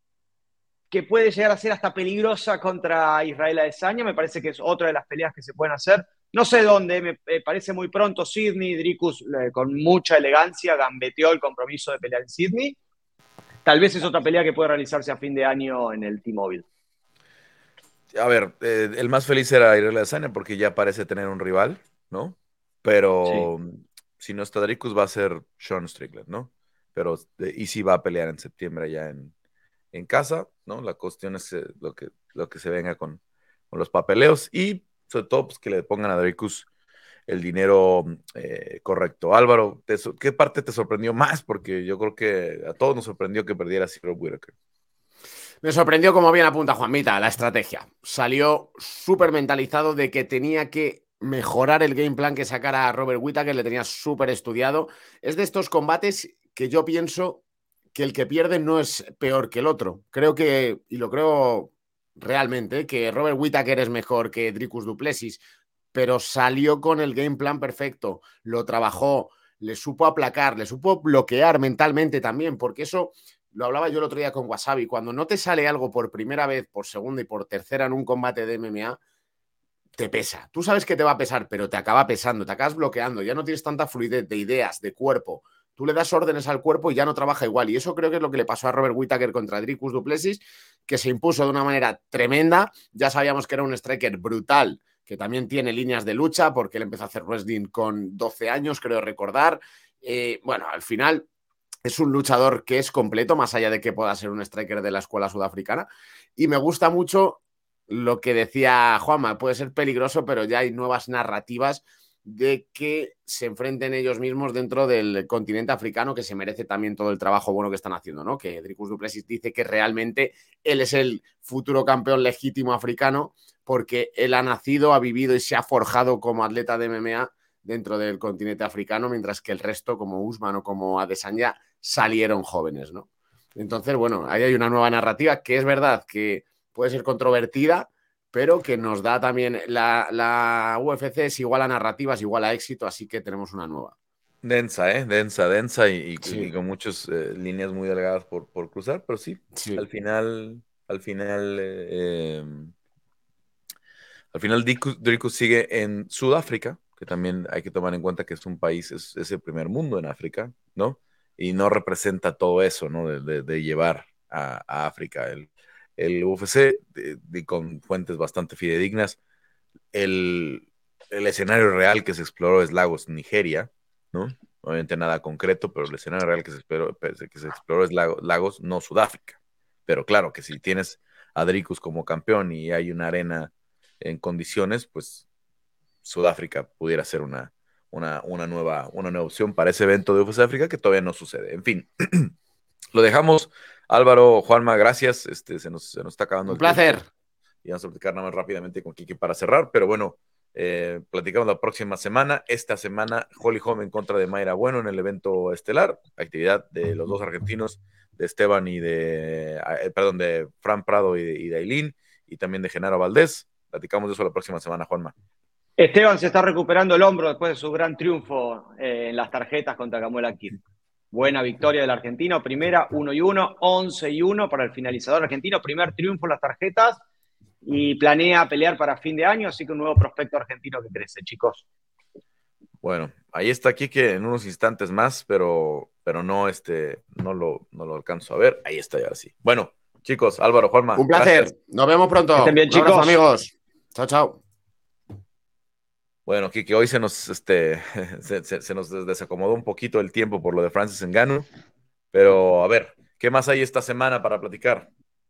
[SPEAKER 4] que puede llegar a ser hasta peligrosa contra Israel Adesanya. Me parece que es otra de las peleas que se pueden hacer. No sé dónde, me parece muy pronto Sydney. Dricus con mucha elegancia gambeteó el compromiso de pelear en Sydney. Tal vez es otra pelea que puede realizarse a fin de año en el T-Mobile.
[SPEAKER 1] A ver, el más feliz era Israel Adesanya porque ya parece tener un rival, ¿no? Pero si no está Dricus va a ser Sean Strickland, ¿no? Pero y sí va a pelear en septiembre ya en casa, ¿no? La cuestión es lo que se venga con los papeleos y sobre todo pues, que le pongan a Dricus el dinero correcto. Álvaro, ¿qué parte te sorprendió más? Porque yo creo que a todos nos sorprendió que perdiera Rob Whittaker.
[SPEAKER 3] Me sorprendió, como bien apunta Juanmita, la estrategia. Salió súper mentalizado de que tenía que mejorar el game plan que sacara a Robert Whittaker, le tenía súper estudiado. Es de estos combates que yo pienso que el que pierde no es peor que el otro. Creo que, y lo creo realmente, que Robert Whittaker es mejor que Dricus du Plessis, pero salió con el game plan perfecto, lo trabajó, le supo aplacar, le supo bloquear mentalmente también, porque eso lo hablaba yo el otro día con Wasabi, cuando no te sale algo por primera vez, por segunda y por tercera en un combate de MMA, te pesa. Tú sabes que te va a pesar, pero te acaba pesando, te acabas bloqueando, ya no tienes tanta fluidez de ideas, de cuerpo. Tú le das órdenes al cuerpo y ya no trabaja igual. Y eso creo que es lo que le pasó a Robert Whittaker contra Dricus du Plessis, que se impuso de una manera tremenda. Ya sabíamos que era un striker brutal, que también tiene líneas de lucha, porque él empezó a hacer wrestling con 12 años, creo recordar. Bueno, al final es un luchador que es completo, más allá de que pueda ser un striker de la escuela sudafricana. Y me gusta mucho lo que decía Juanma, puede ser peligroso, pero ya hay nuevas narrativas de que se enfrenten ellos mismos dentro del continente africano, que se merece también todo el trabajo bueno que están haciendo, ¿no? Que Dricus du Plessis dice que realmente él es el futuro campeón legítimo africano porque él ha nacido, ha vivido y se ha forjado como atleta de MMA dentro del continente africano, mientras que el resto, como Usman o como Adesanya, salieron jóvenes, ¿no? Entonces, bueno, ahí hay una nueva narrativa que es verdad que puede ser controvertida, pero que nos da también la UFC es igual a narrativas, igual a éxito, así que tenemos una nueva.
[SPEAKER 1] Densa, densa
[SPEAKER 3] Sí.
[SPEAKER 1] y con muchas líneas muy delgadas por cruzar, pero sí,
[SPEAKER 3] Sí.
[SPEAKER 1] al final, al final Dricus sigue en Sudáfrica, que también hay que tomar en cuenta que es un país, es el primer mundo en África, ¿no? Y no representa todo eso, ¿no? De llevar a África. El UFC, con fuentes bastante fidedignas, el escenario real que se exploró es Lagos, Nigeria, ¿no? Obviamente nada concreto, pero el escenario real que se exploró es Lagos, no Sudáfrica. Pero claro que si tienes a Dricus como campeón y hay una arena en condiciones, pues Sudáfrica pudiera ser una nueva opción para ese evento de UFC África que todavía no sucede. En fin, lo dejamos. Álvaro, Juanma, gracias. Se nos está acabando
[SPEAKER 3] Un
[SPEAKER 1] el tiempo
[SPEAKER 3] placer.
[SPEAKER 1] y vamos a platicar nada más rápidamente con Kiki para cerrar, pero bueno, platicamos la próxima semana. Esta semana, Holly Holm en contra de Mayra Bueno en el evento estelar, actividad de los dos argentinos, de Esteban y de Fran Prado y de Ailín, y también de Genaro Valdés. Platicamos de eso la próxima semana, Juanma.
[SPEAKER 4] Esteban se está recuperando el hombro después de su gran triunfo en las tarjetas contra Camuela Kirk. Buena victoria del argentino, primera 1-1, 11-1 para el finalizador argentino, primer triunfo en las tarjetas y planea pelear para fin de año, así que un nuevo prospecto argentino que crece, chicos.
[SPEAKER 1] Bueno, ahí está Kike en unos instantes más, pero no lo alcanzo a ver. Ahí está, ya sí. Bueno, chicos, Álvaro, Juanma,
[SPEAKER 3] Un
[SPEAKER 1] gracias.
[SPEAKER 3] placer. Nos vemos
[SPEAKER 4] Que estén
[SPEAKER 3] pronto.
[SPEAKER 4] bien,
[SPEAKER 3] Un abrazo,
[SPEAKER 4] chicos.
[SPEAKER 3] amigos. Chao, chao.
[SPEAKER 1] Bueno, Kike, hoy se nos, se nos desacomodó un poquito el tiempo por lo de Francis Ngannou, pero a ver, ¿qué más hay esta semana para platicar?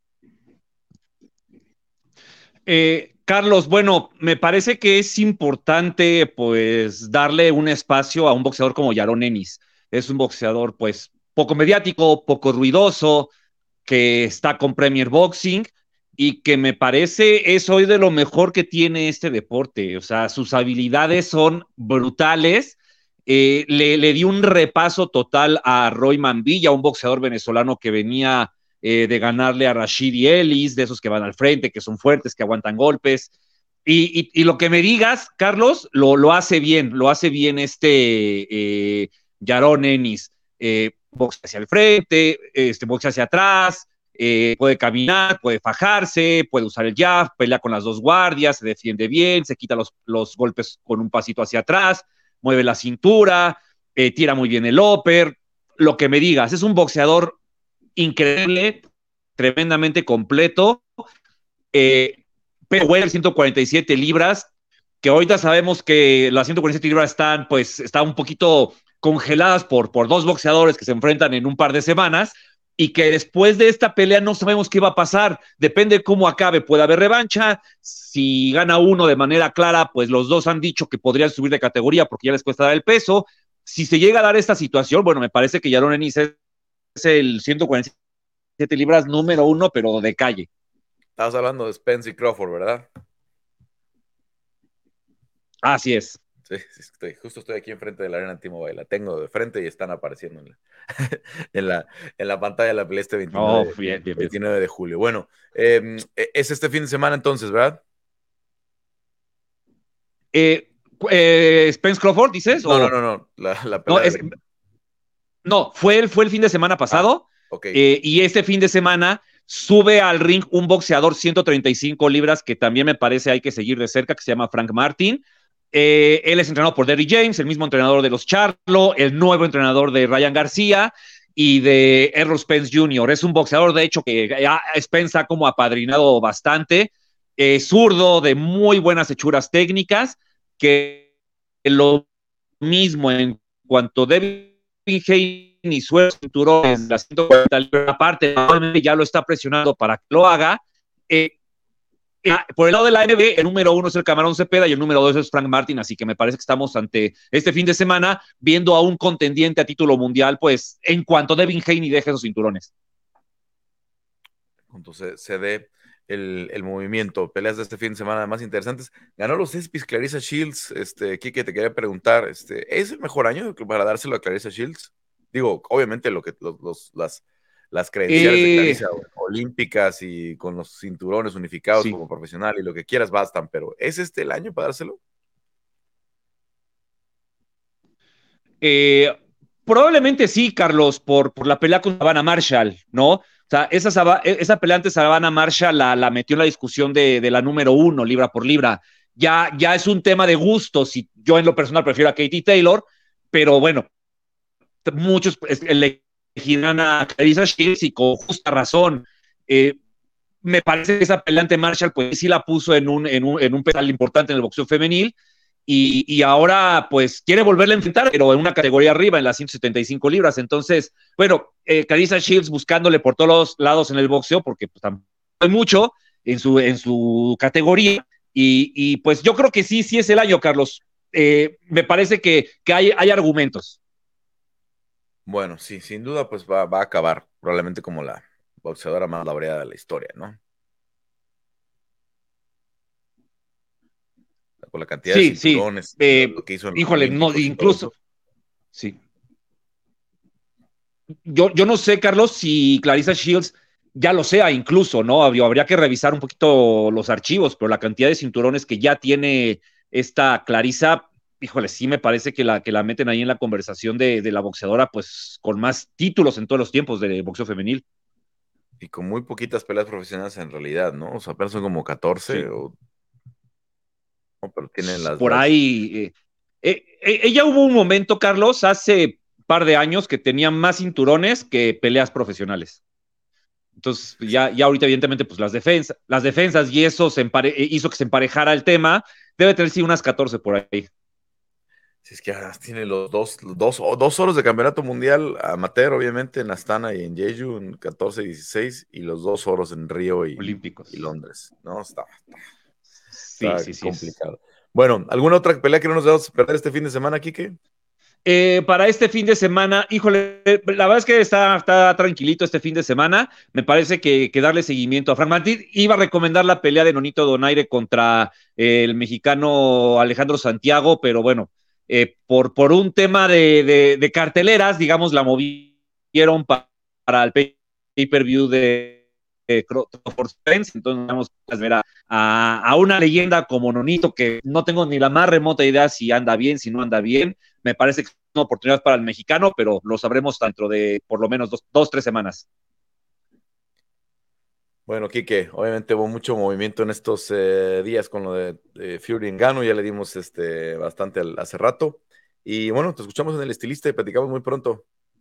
[SPEAKER 2] Carlos, bueno, me parece que es importante pues darle un espacio a un boxeador como Yaron Ennis. Es un boxeador pues poco mediático, poco ruidoso, que está con Premier Boxing y que me parece es hoy de lo mejor que tiene este deporte. O sea, sus habilidades son brutales. Le di un repaso total a Roy Mambilla, un boxeador venezolano que venía de ganarle a Rashidi Ellis, de esos que van al frente, que son fuertes, que aguantan golpes. Y lo que me digas, Carlos, lo hace bien, Yaron Ennis. Boxe hacia el frente, boxe hacia atrás, puede caminar, puede fajarse, puede usar el jab, pelea con las dos guardias, se defiende bien, se quita los golpes con un pasito hacia atrás, mueve la cintura, tira muy bien el upper, lo que me digas, es un boxeador increíble, tremendamente completo, pero bueno, 147 libras, que ahorita sabemos que las 147 libras están un poquito congeladas por dos boxeadores que se enfrentan en un par de semanas y que después de esta pelea no sabemos qué va a pasar. Depende cómo acabe. Puede haber revancha. Si gana uno de manera clara, pues los dos han dicho que podrían subir de categoría porque ya les cuesta dar el peso. Si se llega a dar esta situación, bueno, me parece que Yaron Ennis es el 147 libras número uno, pero de calle.
[SPEAKER 1] Estabas hablando de Spence y Crawford, ¿verdad?
[SPEAKER 2] Así es.
[SPEAKER 1] Sí, justo estoy aquí enfrente de la arena T-Mobile, la tengo de frente y están apareciendo en la pantalla de la pelea este
[SPEAKER 2] Oh, bien, bien, bien.
[SPEAKER 1] 29 de julio. Bueno, es este fin de semana entonces, ¿verdad?
[SPEAKER 2] Spence Crawford, ¿dices?
[SPEAKER 1] No. La pelea
[SPEAKER 2] fue el fin de semana pasado.
[SPEAKER 1] Okay.
[SPEAKER 2] Y este fin de semana sube al ring un boxeador 135 libras que también me parece hay que seguir de cerca, que se llama Frank Martin. Él es entrenado por Derrick James, el mismo entrenador de los Charlo, el nuevo entrenador de Ryan García y de Errol Spence Jr. Es un boxeador, de hecho, que Spence ha como apadrinado bastante, zurdo, de muy buenas hechuras técnicas, que lo mismo en cuanto a Devin Haney suele cinturón en la 140 libras, aparte ya lo está presionando para que lo haga. Por el lado de la NBA, el número 1 es el Camarón Cepeda y el número 2 es Frank Martin, así que me parece que estamos ante este fin de semana viendo a un contendiente a título mundial, pues en cuanto Devin Haney deje esos cinturones.
[SPEAKER 1] Entonces se dé el movimiento, peleas de este fin de semana más interesantes. Ganó los ESPYs Clarissa Shields. Kike, te quería preguntar, ¿es el mejor año para dárselo a Clarissa Shields? Digo, obviamente las credenciales de Clarissa olímpicas y con los cinturones unificados como profesional y lo que quieras bastan, pero ¿es el año para dárselo?
[SPEAKER 2] Probablemente sí, Carlos, por la pelea con Savannah Marshall, ¿no? O sea, esa pelea ante Savannah Marshall la metió en la discusión de la número 1, libra por libra. Ya es un tema de gustos, y yo en lo personal prefiero a Katie Taylor, pero bueno, muchos elegirán a Clarissa Shields y con justa razón. Me parece que esa pelea ante Marshall, pues sí la puso en un pedal importante en el boxeo femenil, y ahora pues quiere volverla a enfrentar, pero en una categoría arriba, en las 175 libras. Entonces, bueno, Clarissa Shields buscándole por todos los lados en el boxeo, porque pues tampoco hay mucho en su categoría, y pues yo creo que sí es el año, Carlos. Me parece que hay argumentos.
[SPEAKER 1] Bueno, sí, sin duda pues va a acabar probablemente como la boxeadora más laureada de la historia, ¿no? Con la cantidad de cinturones, lo que hizo en los Olímpicos,
[SPEAKER 2] incluso, sí. Yo no sé, Carlos, si Clarissa Shields ya lo sea incluso, ¿no? Habría que revisar un poquito los archivos, pero la cantidad de cinturones que ya tiene esta Clarissa, híjole, sí me parece que la meten ahí en la conversación de la boxeadora, pues con más títulos en todos los tiempos de boxeo femenil.
[SPEAKER 1] Y con muy poquitas peleas profesionales en realidad, ¿no? O sea, apenas son como 14
[SPEAKER 2] sí.
[SPEAKER 1] No, pero tienen las
[SPEAKER 2] por ahí. Ella hubo un momento, Carlos, hace par de años que tenía más cinturones que peleas profesionales. Entonces, ya ahorita, evidentemente, pues las defensas y eso hizo que se emparejara el tema. Debe tener sí unas 14 por ahí.
[SPEAKER 1] Si es que ahora tiene los dos oros de campeonato mundial amateur, obviamente, en Astana y en Jeju, en 14 y 16, y los 2 oros en Río
[SPEAKER 2] Olímpicos
[SPEAKER 1] y Londres. No, está complicado. Bueno, ¿alguna otra pelea que no nos debamos perder este fin de semana, Quique?
[SPEAKER 2] Para este fin de semana, híjole, la verdad es que está tranquilito este fin de semana. Me parece que darle seguimiento a Frank Martin. Iba a recomendar la pelea de Nonito Donaire contra el mexicano Alejandro Santiago, pero bueno, por un tema de carteleras, digamos, la movieron para el pay-per-view de Crawford Spence. Entonces vamos a ver a una leyenda como Nonito, que no tengo ni la más remota idea si anda bien, si no anda bien. Me parece que es una oportunidad para el mexicano, pero lo sabremos dentro de por lo menos 2-3 semanas.
[SPEAKER 1] Bueno, Quique, obviamente hubo mucho movimiento en estos días con lo de Fury Ngannou, ya le dimos bastante hace rato. Y bueno, te escuchamos en El Estilista y platicamos muy pronto.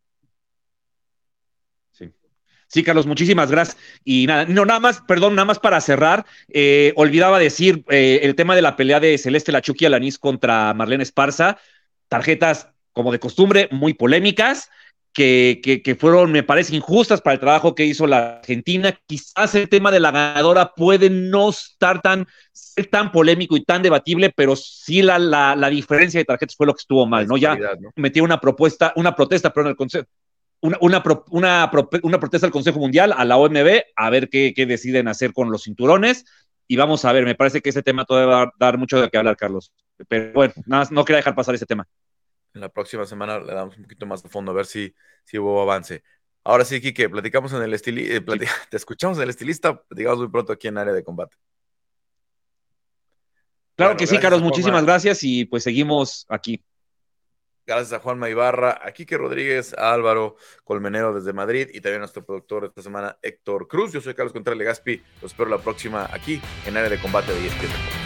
[SPEAKER 2] Sí, Carlos, muchísimas gracias. Y nada más para cerrar, olvidaba decir el tema de la pelea de Celeste Lachuqui Alanís contra Marlene Esparza, tarjetas como de costumbre, muy polémicas, que fueron, me parece, injustas para el trabajo que hizo la Argentina. Quizás el tema de la ganadora puede no ser tan polémico y tan debatible, pero sí la diferencia de tarjetas fue lo que estuvo mal, ¿no? Ya metí una protesta, perdón, el Consejo. Una protesta al Consejo Mundial, a la OMB, a ver qué deciden hacer con los cinturones, y vamos a ver, me parece que ese tema todavía va a dar mucho de qué hablar, Carlos, pero bueno, nada, no quería dejar pasar ese tema.
[SPEAKER 1] En la próxima semana le damos un poquito más de fondo a ver si hubo avance. Ahora sí, Quique, platicamos en el estilista, te escuchamos en El Estilista, platicamos muy pronto aquí en Área de Combate.
[SPEAKER 2] Claro
[SPEAKER 1] Bueno,
[SPEAKER 2] que sí,
[SPEAKER 1] gracias
[SPEAKER 2] Carlos,
[SPEAKER 1] a Juanma.
[SPEAKER 2] muchísimas gracias y pues seguimos aquí.
[SPEAKER 1] Gracias a Juanma Ibarra, a Quique Rodríguez, a Álvaro Colmenero desde Madrid y también a nuestro productor esta semana, Héctor Cruz. Yo soy Carlos Contreras Legaspi. Los espero la próxima aquí en Área de Combate de ESPN Deportes.